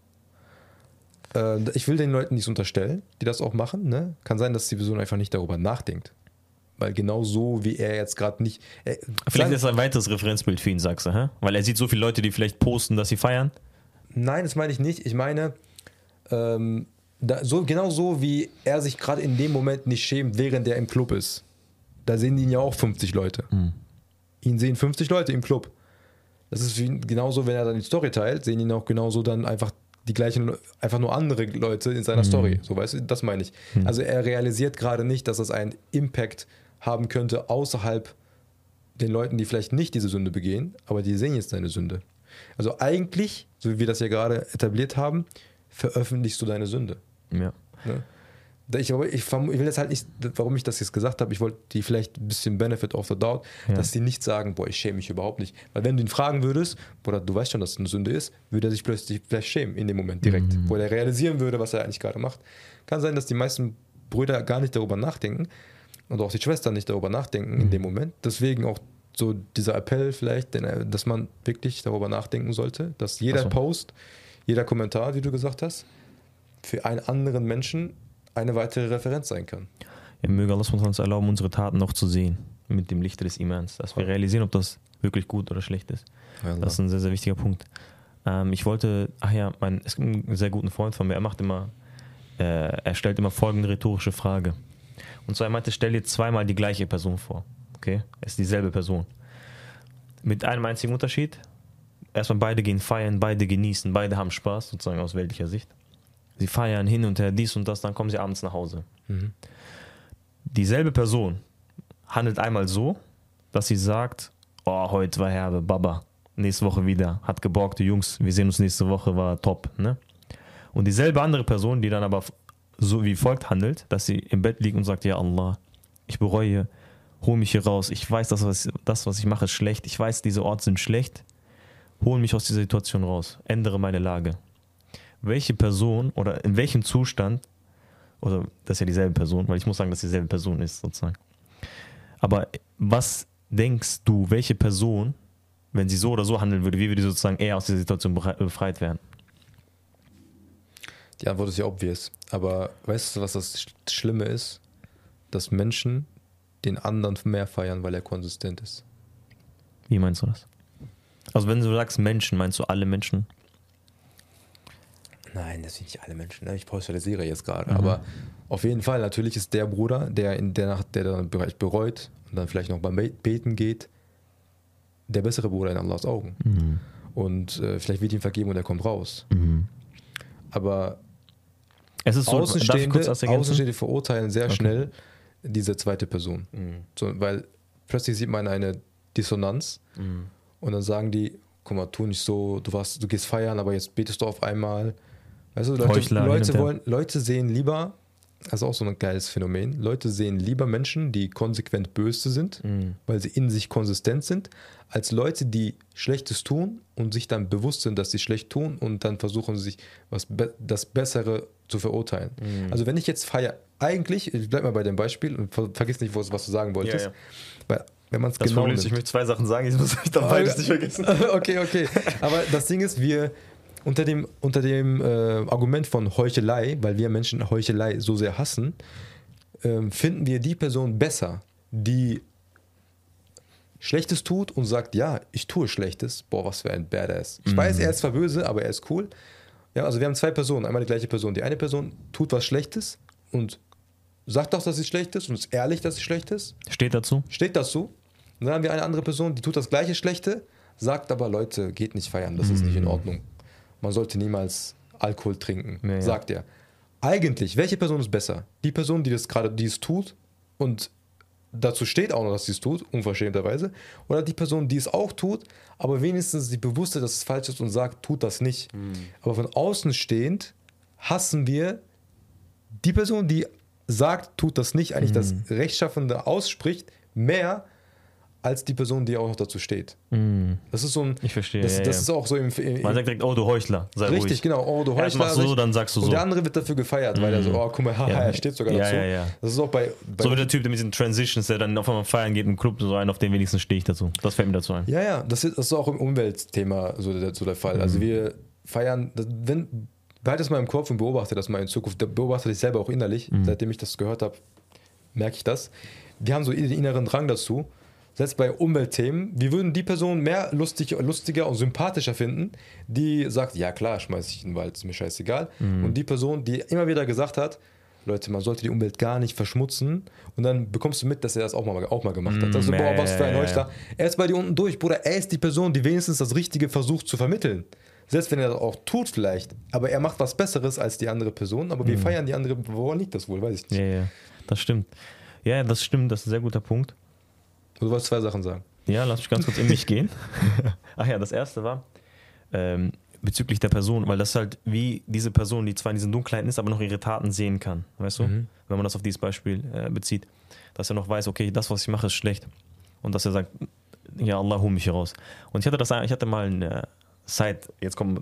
B: Äh, ich will den Leuten nichts unterstellen, die das auch machen. Ne? Kann sein, dass die Person einfach nicht darüber nachdenkt. Weil genau so, wie er jetzt gerade nicht... Äh,
A: Vielleicht
B: sagen-
A: ist es ein weiteres Referenzbild für ihn, sagst du, hä? Weil er sieht so viele Leute, die vielleicht posten, dass sie feiern.
B: Nein, das meine ich nicht. Ich meine, ähm, da, so, genau so, wie er sich gerade in dem Moment nicht schämt, während er im Club ist. Da sehen ihn ja auch fünfzig Leute.
A: Mhm.
B: Ihn sehen fünfzig Leute im Club. Das ist wie, genauso, wenn er dann die Story teilt, sehen ihn auch genauso dann einfach die gleichen, einfach nur andere Leute in seiner
A: Mhm.
B: Story. So, weißt du, das meine ich.
A: Mhm.
B: Also er realisiert gerade nicht, dass das einen Impact haben könnte außerhalb den Leuten, die vielleicht nicht diese Sünde begehen, aber die sehen jetzt deine Sünde. Also eigentlich, so wie wir das ja gerade etabliert haben, veröffentlichst du deine Sünde.
A: Ja.
B: Ne? Ich, aber ich, verm- ich will jetzt halt nicht, warum ich das jetzt gesagt habe, ich wollte die vielleicht ein bisschen Benefit of the doubt,
A: Ja.
B: dass die nicht sagen, boah, ich schäme mich überhaupt nicht. Weil wenn du ihn fragen würdest, Bruder, du weißt schon, dass es eine Sünde ist, würde er sich plötzlich vielleicht schämen in dem Moment direkt,
A: Mhm.
B: wo er realisieren würde, was er eigentlich gerade macht. Kann sein, dass die meisten Brüder gar nicht darüber nachdenken und auch die Schwestern nicht darüber nachdenken in dem Moment. Deswegen auch so dieser Appell vielleicht, denn, äh, dass man wirklich darüber nachdenken sollte, dass jeder
A: Ach so.
B: Post, jeder Kommentar, wie du gesagt hast, für einen anderen Menschen eine weitere Referenz sein kann.
A: Ja, möge Allah uns erlauben, unsere Taten noch zu sehen mit dem Lichte des Imans, dass wir realisieren, ob das wirklich gut oder schlecht ist. Das ist ein sehr, sehr wichtiger Punkt. Ähm, ich wollte, ach ja, mein, es gibt einen sehr guten Freund von mir, er macht immer, äh, er stellt immer folgende rhetorische Frage. Und zwar, er meinte, stell dir zweimal die gleiche Person vor. Okay? Es ist dieselbe Person. Mit einem einzigen Unterschied. Erstmal beide gehen feiern, beide genießen, beide haben Spaß, sozusagen aus weltlicher Sicht. Sie feiern hin und her, dies und das, dann kommen sie abends nach Hause.
B: Mhm.
A: Dieselbe Person handelt einmal so, dass sie sagt, oh, heute war herbe, Baba, nächste Woche wieder, hat geborgte Jungs, wir sehen uns nächste Woche, war top. Ne? Und dieselbe andere Person, die dann aber so wie folgt handelt, dass sie im Bett liegt und sagt, ja Allah, ich bereue, hol mich hier raus, ich weiß, das was, das, was ich mache, ist schlecht, ich weiß, diese Orte sind schlecht, hol mich aus dieser Situation raus, ändere meine Lage. Welche Person oder in welchem Zustand, oder das ist ja dieselbe Person, weil ich muss sagen, dass dieselbe Person ist sozusagen, aber was denkst du, welche Person, wenn sie so oder so handeln würde, wie würde sie sozusagen eher aus dieser Situation befreit werden?
B: Die Antwort ist ja obvious. Aber weißt du, was das Schlimme ist? Dass Menschen den anderen mehr feiern, weil er konsistent ist.
A: Wie meinst du das? Also wenn du sagst Menschen, meinst du alle Menschen?
B: Nein, das sind nicht alle Menschen. Ich pauschalisiere jetzt gerade.
A: Mhm.
B: Aber auf jeden Fall, natürlich ist der Bruder, der in der Nacht, der dann Bereich bereut und dann vielleicht noch beim Beten geht, der bessere Bruder in Allahs Augen.
A: Mhm.
B: Und äh, vielleicht wird ihm vergeben und er kommt raus.
A: Mhm.
B: Aber
A: es ist so,
B: Außenstehende, Außenstehende verurteilen sehr
A: okay.
B: schnell diese zweite Person.
A: Mhm.
B: So, weil plötzlich sieht man eine Dissonanz
A: Mhm.
B: und dann sagen die, guck mal, tu nicht so, du, warst, du gehst feiern, aber jetzt betest du auf einmal. Weißt du, Leute,
A: Heuchler,
B: Leute, wollen, Leute sehen lieber, das ist auch so ein geiles Phänomen, Leute sehen lieber Menschen, die konsequent böse sind,
A: Mhm.
B: weil sie in sich konsistent sind, als Leute, die Schlechtes tun und sich dann bewusst sind, dass sie schlecht tun und dann versuchen sich was be- das Bessere zu verurteilen.
A: Mhm.
B: Also wenn ich jetzt feiere, eigentlich, ich bleib mal bei dem Beispiel und ver- vergiss nicht, was du sagen wolltest,
A: Ja, ja.
B: weil wenn man es
A: Das
B: genau
A: Problem ist, ich
B: nimmt.
A: möchte zwei Sachen sagen, ich muss ich dann beides nicht vergessen.
B: Okay, okay. Aber das Ding ist, wir unter dem, unter dem äh, Argument von Heuchelei, weil wir Menschen Heuchelei so sehr hassen, ähm, finden wir die Person besser, die Schlechtes tut und sagt, ja, ich tue Schlechtes. Boah, was für ein Badass. Ich
A: Mhm.
B: weiß, er ist zwar böse, aber er ist cool. Ja, also wir haben zwei Personen, einmal die gleiche Person. Die eine Person tut was Schlechtes und sagt doch, dass sie schlecht ist und ist ehrlich, dass sie schlecht ist.
A: Steht dazu?
B: Steht dazu. Und dann haben wir eine andere Person, die tut das gleiche Schlechte, sagt aber, Leute, geht nicht feiern, das ist nicht in Ordnung. Man sollte niemals Alkohol trinken,
A: Ja, ja.
B: sagt er. Eigentlich, welche Person ist besser? Die Person, die das gerade dies tut und dazu steht auch noch, dass sie es tut, unverschämterweise, oder die Person, die es auch tut, aber wenigstens die bewusste, dass es falsch ist und sagt, tut das nicht. Aber von außen stehend hassen wir die Person, die sagt, tut das nicht, eigentlich das Rechtschaffende ausspricht, mehr als die Person, die auch noch dazu steht.
A: Mhm.
B: Das ist so ein.
A: Ich verstehe,
B: Das,
A: ja,
B: das
A: ja.
B: ist auch so im. im
A: Man sagt direkt, oh du Heuchler, sei
B: richtig,
A: ruhig.
B: genau. Oh, du Heuchler.
A: Erst machst du so, dann sagst du
B: und
A: so.
B: der andere wird dafür gefeiert, weil er so, oh, guck mal, haha,
A: Ja.
B: er steht sogar
A: Ja,
B: dazu.
A: ja, ja.
B: Das ist auch bei. bei
A: So wie der Typ, der mit diesen Transitions, der dann auf einmal feiern geht im Club, so einen, auf den wenigsten stehe ich dazu. Das fällt mir dazu ein.
B: Ja, ja, das ist, das ist auch im Umweltthema so der, so der Fall.
A: Mhm.
B: Also wir feiern, das- wenn, behalte es mal im Kopf und beobachte das mal in Zukunft. Beobachte dich selber auch innerlich.
A: Mhm.
B: Seitdem ich das gehört habe, merke ich das. Wir haben so den inneren Drang dazu. Selbst bei Umweltthemen, wir würden die Person mehr lustig, lustiger und sympathischer finden, die sagt, ja klar, schmeiß ich in den Wald, ist mir scheißegal.
A: Mhm.
B: Und die Person, die immer wieder gesagt hat, Leute, man sollte die Umwelt gar nicht verschmutzen. Und dann bekommst du mit, dass er das auch mal, auch mal gemacht hat. Also,
A: Mm,
B: boah,
A: ja,
B: was für ein
A: ja,
B: Heuchler.
A: ja.
B: Er ist bei dir unten durch, Bruder. Er ist die Person, die wenigstens das Richtige versucht zu vermitteln. Selbst wenn er das auch tut vielleicht. Aber er macht was Besseres als die andere Person. Aber wir feiern die andere. Woran liegt das wohl? Weiß ich nicht.
A: Ja, ja, das stimmt. Ja, das stimmt, das ist ein sehr guter Punkt.
B: Du wolltest zwei Sachen sagen.
A: Ja, lass mich ganz kurz in mich gehen. Ach ja, das erste war ähm, bezüglich der Person, weil das halt wie diese Person, die zwar in diesen Dunkelheiten ist, aber noch ihre Taten sehen kann. Weißt du?
B: Mhm.
A: Wenn man das auf dieses Beispiel äh, bezieht. Dass er noch weiß, okay, das, was ich mache, ist schlecht. Und dass er sagt, ja, Allah, hol mich hier raus. Und ich hatte das, ich hatte mal eine Side, jetzt kommt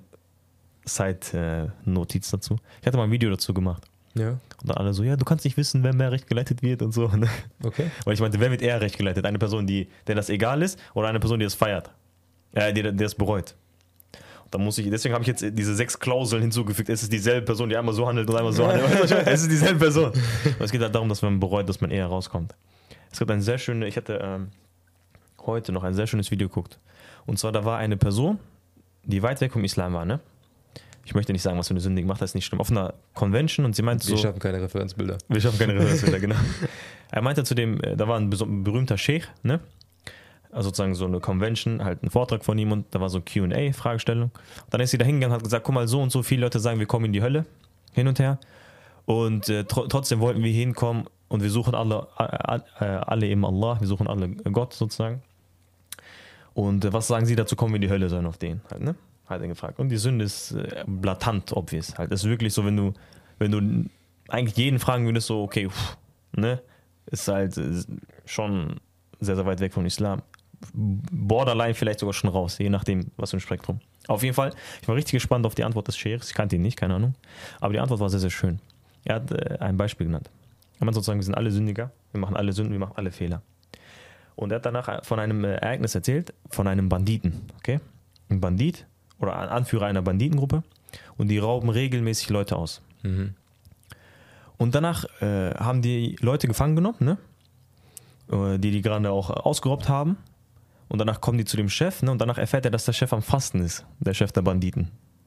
A: Side-Notiz dazu. Ich hatte mal ein Video dazu gemacht.
B: Ja.
A: Und dann alle so, ja, du kannst nicht wissen, wer mehr recht geleitet wird und so.
B: Okay.
A: Weil ich meinte, wer wird eher recht geleitet? Eine Person, die, der das egal ist, oder eine Person, die das feiert? Äh, die, die das bereut. Und dann muss ich, deswegen habe ich jetzt diese sechs Klauseln hinzugefügt. Es ist dieselbe Person, die einmal so handelt und einmal so handelt. Es ist dieselbe Person. Und es geht halt darum, dass man bereut, dass man eher rauskommt. Es gibt ein sehr schönes, ich hatte ähm, heute noch ein sehr schönes Video geguckt. Und zwar, da war eine Person, die weit weg vom Islam war, ne? Ich möchte nicht sagen, was für eine Sünde gemacht hat, ist nicht schlimm. Auf einer Convention und sie meinte
B: Wir
A: so...
B: schaffen keine Referenzbilder.
A: Wir schaffen keine Referenzbilder, genau. Er meinte zu dem, da war ein berühmter Sheikh, ne? Also sozusagen so eine Convention, halt ein Vortrag von ihm und da war so Q und A, Fragestellung. Und dann ist sie da hingegangen und hat gesagt, guck mal, so und so viele Leute sagen, wir kommen in die Hölle, hin und her. Und äh, tr- trotzdem wollten wir hinkommen und wir suchen alle, äh, alle eben Allah, wir suchen alle Gott sozusagen. Und äh, was sagen sie dazu, kommen wir in die Hölle, sollen auf den halt, ne? Hat er gefragt. Und die Sünde ist äh, blatant, obvious. Halt, das ist wirklich so, wenn du, wenn du eigentlich jeden fragen würdest, so, okay, pff, ne, ist halt äh, schon sehr, sehr weit weg vom Islam. Borderline vielleicht sogar schon raus, je nachdem, was für ein Spektrum. Auf jeden Fall, ich war richtig gespannt auf die Antwort des Scheichs. Ich kannte ihn nicht, keine Ahnung. Aber die Antwort war sehr, sehr schön. Er hat äh, ein Beispiel genannt. Er meint sozusagen, wir sind alle Sündiger, wir machen alle Sünden, wir machen alle Fehler. Und er hat danach von einem Ereignis erzählt, von einem Banditen. Okay? Ein Bandit oder ein Anführer einer Banditengruppe und die rauben regelmäßig Leute aus.
B: Mhm.
A: Und danach äh, haben die Leute gefangen genommen, ne? äh, die die gerade auch ausgeraubt haben. Und danach kommen die zu dem Chef, ne? Und danach erfährt er, dass der Chef am Fasten ist, der Chef der Banditen.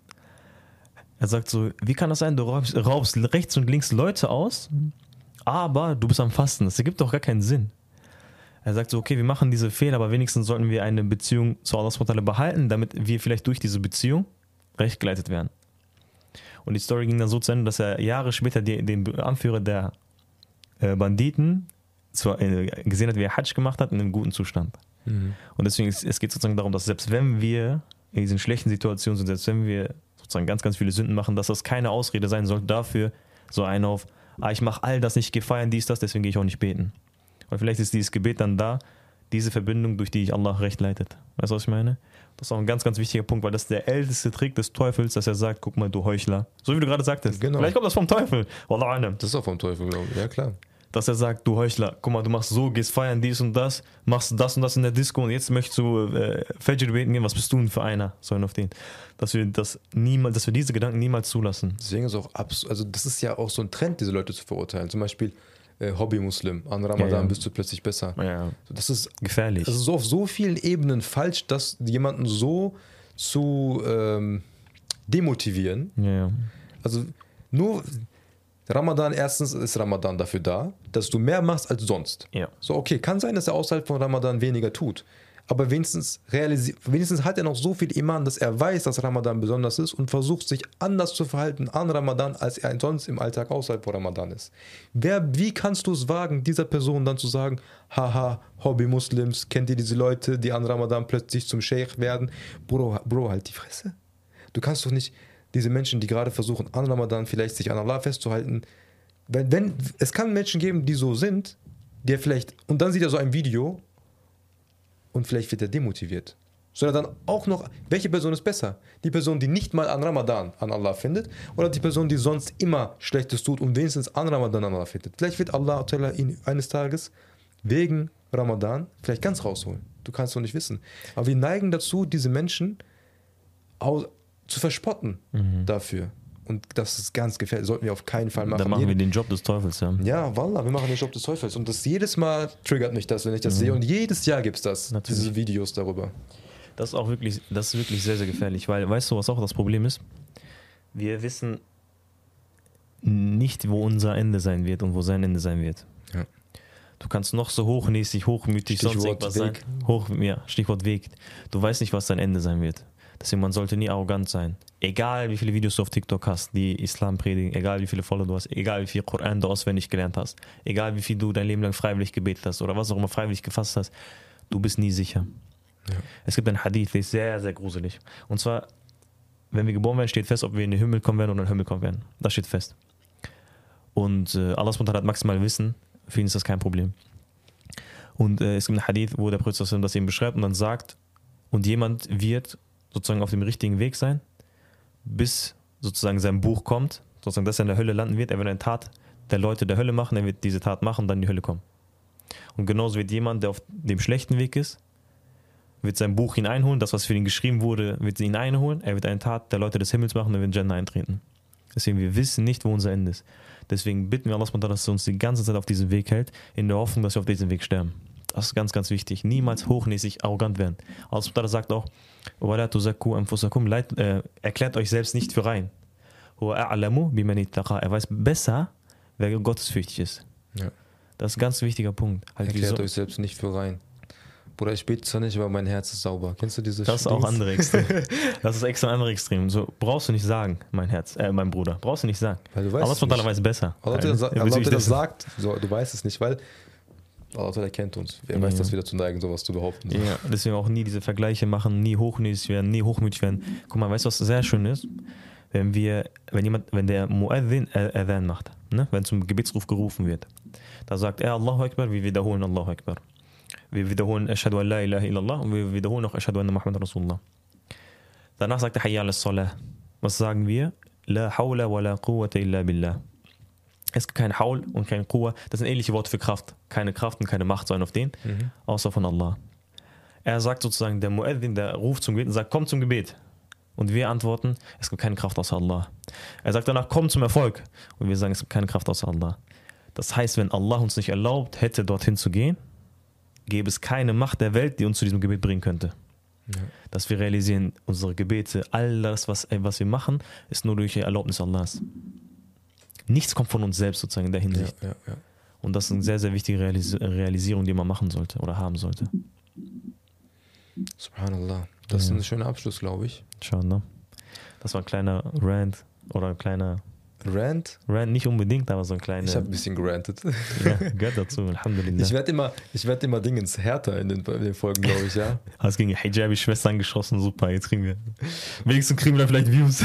A: Er sagt so, wie kann das sein, du raubst, raubst rechts und links Leute aus, aber du bist am Fasten. Das ergibt doch gar keinen Sinn. Er sagt so, okay, wir machen diese Fehler, aber wenigstens sollten wir eine Beziehung zu Allah subhanahu wa ta'ala behalten, damit wir vielleicht durch diese Beziehung rechtgeleitet werden. Und die Story ging dann so zu Ende, dass er Jahre später die, den Anführer der äh, Banditen zwar, äh, gesehen hat, wie er Hajj gemacht hat, in einem guten Zustand. Mhm. Und deswegen, ist, es geht sozusagen darum, dass selbst wenn wir in diesen schlechten Situationen sind, selbst wenn wir sozusagen ganz, ganz viele Sünden machen, dass das keine Ausrede sein soll dafür, so einen auf, ah, ich mache all das nicht, gefeiern, dies, das, deswegen gehe ich auch nicht beten. Weil vielleicht ist dieses Gebet dann da, diese Verbindung, durch die ich Allah recht leitet. Weißt du, was ich meine? Das ist auch ein ganz, ganz wichtiger Punkt, weil das ist der älteste Trick des Teufels, dass er sagt, guck mal, du Heuchler. So wie du gerade sagtest.
B: Genau.
A: Vielleicht kommt das vom Teufel. Wallah alam.
B: Das ist auch vom Teufel, glaube ich. Ja, klar.
A: Dass er sagt, du Heuchler, guck mal, du machst so, gehst feiern, dies und das, machst das und das in der Disco und jetzt möchtest du äh, Fajr beten gehen, was bist du denn für einer? So auf den. Dass wir, das niemals, dass wir diese Gedanken niemals zulassen.
B: Deswegen ist auch abs- also das ist ja auch so ein Trend, diese Leute zu verurteilen. Zum Beispiel äh, Hobby-Muslim, an Ramadan ja, ja. bist du plötzlich besser.
A: Ja.
B: Das ist
A: gefährlich.
B: Das ist so auf so vielen Ebenen falsch, dass jemanden so zu ähm, demotivieren.
A: Ja, ja.
B: Also nur Ramadan, erstens ist Ramadan dafür da, dass du mehr machst als sonst.
A: Ja.
B: So, okay, kann sein, dass er außerhalb von Ramadan weniger tut. Aber wenigstens, realisi- wenigstens hat er noch so viel Iman, dass er weiß, dass Ramadan besonders ist und versucht, sich anders zu verhalten an Ramadan, als er sonst im Alltag außerhalb von Ramadan ist. Wer, wie kannst du es wagen, dieser Person dann zu sagen, haha, Hobby-Muslims, kennt ihr diese Leute, die an Ramadan plötzlich zum Scheich werden? Bro, Bro, halt die Fresse. Du kannst doch nicht diese Menschen, die gerade versuchen, an Ramadan vielleicht sich an Allah festzuhalten, wenn, wenn es kann Menschen geben, die so sind, der vielleicht, und dann sieht er so ein Video und vielleicht wird er demotiviert. Soll er dann auch noch, welche Person ist besser? Die Person, die nicht mal an Ramadan an Allah findet, oder die Person, die sonst immer Schlechtes tut und wenigstens an Ramadan an Allah findet? Vielleicht wird Allah ihn eines Tages wegen Ramadan vielleicht ganz rausholen. Du kannst es noch nicht wissen. Aber wir neigen dazu, diese Menschen aus, zu verspotten mhm. dafür. Und das ist ganz gefährlich. Sollten wir auf keinen Fall machen.
A: Dann machen wir den Job des Teufels, ja.
B: Ja, wallah, wir machen den Job des Teufels. Und das jedes Mal triggert mich das, wenn ich das mhm. sehe. Und jedes Jahr gibt es das, Natürlich. diese Videos darüber.
A: Das ist auch wirklich, das ist wirklich sehr, sehr gefährlich. Weil, weißt du, was auch das Problem ist? Wir wissen nicht, wo unser Ende sein wird und wo sein Ende sein wird.
B: Ja.
A: Du kannst noch so hochnäsig, hochmütig,
B: Stichwort
A: sonst irgendwas
B: Weg.
A: sein. Hoch, ja, Stichwort Weg. Du weißt nicht, was dein Ende sein wird. Deswegen, man sollte nie arrogant sein. Egal, wie viele Videos du auf TikTok hast, die Islam predigen, egal, wie viele Follower du hast, egal, wie viel Koran du auswendig gelernt hast, egal, wie viel du dein Leben lang freiwillig gebetet hast oder was auch immer freiwillig gefasst hast, du bist nie sicher.
B: Ja. Es
A: gibt einen Hadith, der ist sehr, sehr gruselig. Und zwar, wenn wir geboren werden, steht fest, ob wir in den Himmel kommen werden oder in den Himmel kommen werden. Das steht fest. Und äh, Allah subhanahu wa ta'ala hat maximal Wissen, für ihn ist das kein Problem. Und äh, es gibt einen Hadith, wo der Prophet das eben beschreibt und dann sagt, und jemand wird sozusagen auf dem richtigen Weg sein, bis sozusagen sein Buch kommt, sozusagen, dass er in der Hölle landen wird. Er wird eine Tat der Leute der Hölle machen, er wird diese Tat machen und dann in die Hölle kommen. Und genauso wird jemand, der auf dem schlechten Weg ist, wird sein Buch ihn einholen, das, was für ihn geschrieben wurde, wird ihn einholen, er wird eine Tat der Leute des Himmels machen und er wird in Jannah eintreten. Deswegen, wir wissen nicht, wo unser Ende ist. Deswegen bitten wir Allah, dass er uns die ganze Zeit auf diesem Weg hält, in der Hoffnung, dass wir auf diesem Weg sterben. Das ist ganz, ganz wichtig. Niemals hochnäsig, arrogant werden. Allah sagt auch, äh, erklärt euch selbst nicht für rein. Er weiß besser, wer gottesfürchtig ist.
B: Ja.
A: Das ist ein ganz wichtiger Punkt.
B: Halt erklärt so. euch selbst nicht für rein. Bruder, ich bete zwar nicht, aber mein Herz ist sauber. Kennst du diese
A: Das ist auch andere Extrem. Das ist extra ein anderes Extrem. So, brauchst du nicht sagen, mein Herz, äh, mein Bruder. Brauchst du nicht sagen.
B: Weil du weißt
A: Allah subhanahu weiß besser.
B: Allah, der, sa- Allah, der das sagt, so, du weißt es nicht, weil Allah kennt uns. Er weiß, ja. dass wir dazu neigen, sowas zu behaupten. So.
A: Ja, deswegen auch nie diese Vergleiche machen, nie hochnäsig werden, nie hochmütig werden. Guck mal, weißt du, was sehr schön ist? wenn wir, wenn jemand, wenn der Mu'adhin Adhan macht, ne? Wenn zum Gebetsruf gerufen wird, da sagt er Allahu Akbar, wir wiederholen Allahu Akbar. Wir wiederholen Ashhadu an la ilaha illallah und wir wiederholen auch Ashhadu anna Muhammad Rasulullah. Danach sagt er Hayya ala Salah. Was sagen wir? La hawla wa la quwwata illa billah. Es gibt kein Haul und kein Quwa. Das sind ähnliche Worte für Kraft. Keine Kraft und keine Macht, sondern auf den, mhm. außer von Allah. Er sagt sozusagen, der Mu'adhin, der ruft zum Gebet und sagt, komm zum Gebet. Und wir antworten, es gibt keine Kraft außer Allah. Er sagt danach, komm zum Erfolg. Und wir sagen, es gibt keine Kraft außer Allah. Das heißt, wenn Allah uns nicht erlaubt hätte, dorthin zu gehen, gäbe es keine Macht der Welt, die uns zu diesem Gebet bringen könnte. Ja. Dass wir realisieren, unsere Gebete, all das, was, was wir machen, ist nur durch die Erlaubnis Allahs. Nichts kommt von uns selbst sozusagen in der Hinsicht. Ja, ja, ja. Und das ist eine sehr, sehr wichtige Realis- Realisierung, die man machen sollte oder haben sollte.
B: Subhanallah. Das ja. ist ein schöner Abschluss, glaube ich.
A: Schauen, ne? Das war ein kleiner Rant oder ein kleiner...
B: Rant?
A: Rant nicht unbedingt, aber so ein kleiner...
B: Ich habe ein bisschen gerantet.
A: Ja, gehört dazu, Alhamdulillah.
B: Ich werde immer, ich werd immer Dingens härter in den, in den Folgen, glaube ich, ja.
A: Hast gegen Hijabi-Schwestern geschossen, super, jetzt kriegen wir... Wenigstens kriegen wir vielleicht Views.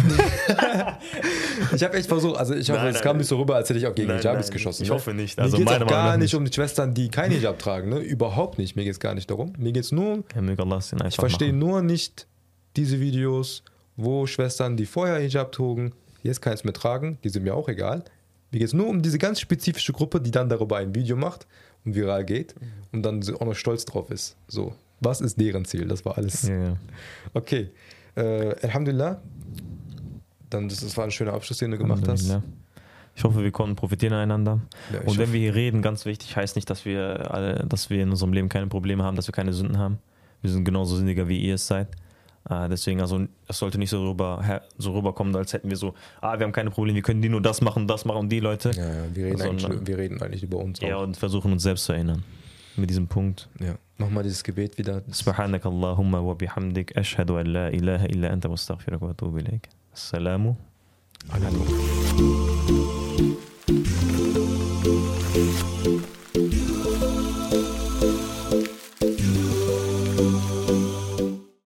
B: Ich habe echt versucht, also ich hoffe, es kam nicht so rüber, als hätte ich auch gegen nein, Hijabis nein, geschossen.
A: Ich
B: ne?
A: hoffe nicht.
B: Also mir geht es gar nicht um die Schwestern, die kein Hijab tragen, ne? Überhaupt nicht, mir geht es gar nicht darum. Mir geht es nur um...
A: Ja,
B: ich verstehe nur nicht diese Videos, wo Schwestern, die vorher Hijab trugen, jetzt kann ich es mehr tragen, die sind mir auch egal. Mir geht es nur um diese ganz spezifische Gruppe, die dann darüber ein Video macht und viral geht und dann auch noch stolz drauf ist. So, was ist deren Ziel? Das war alles.
A: Ja, ja.
B: Okay. Äh, Alhamdulillah. Dann, das, das war ein schöner Abschluss, den du gemacht hast.
A: Ich hoffe, wir konnten profitieren aneinander.
B: Ja,
A: und wenn
B: hoffe.
A: wir hier reden, ganz wichtig, heißt nicht, dass wir, alle, dass wir in unserem Leben keine Probleme haben, dass wir keine Sünden haben. Wir sind genauso sündiger, wie ihr es seid. Uh, deswegen, also es sollte nicht so, rüber, so rüberkommen, als hätten wir so, ah, wir haben keine Probleme, wir können die nur das machen, das machen, die Leute.
B: Ja, ja, wir, reden
A: also,
B: eigentlich, wir reden eigentlich über uns
A: ja,
B: auch.
A: und versuchen uns selbst zu erinnern. Mit diesem Punkt.
B: Ja, mach mal dieses Gebet wieder.
A: Subhanak Allahumma wa bihamdik, ashhadu an la ilaha illa anta wa astaghfiruka wa atubu ilayk. Assalamu alaikum.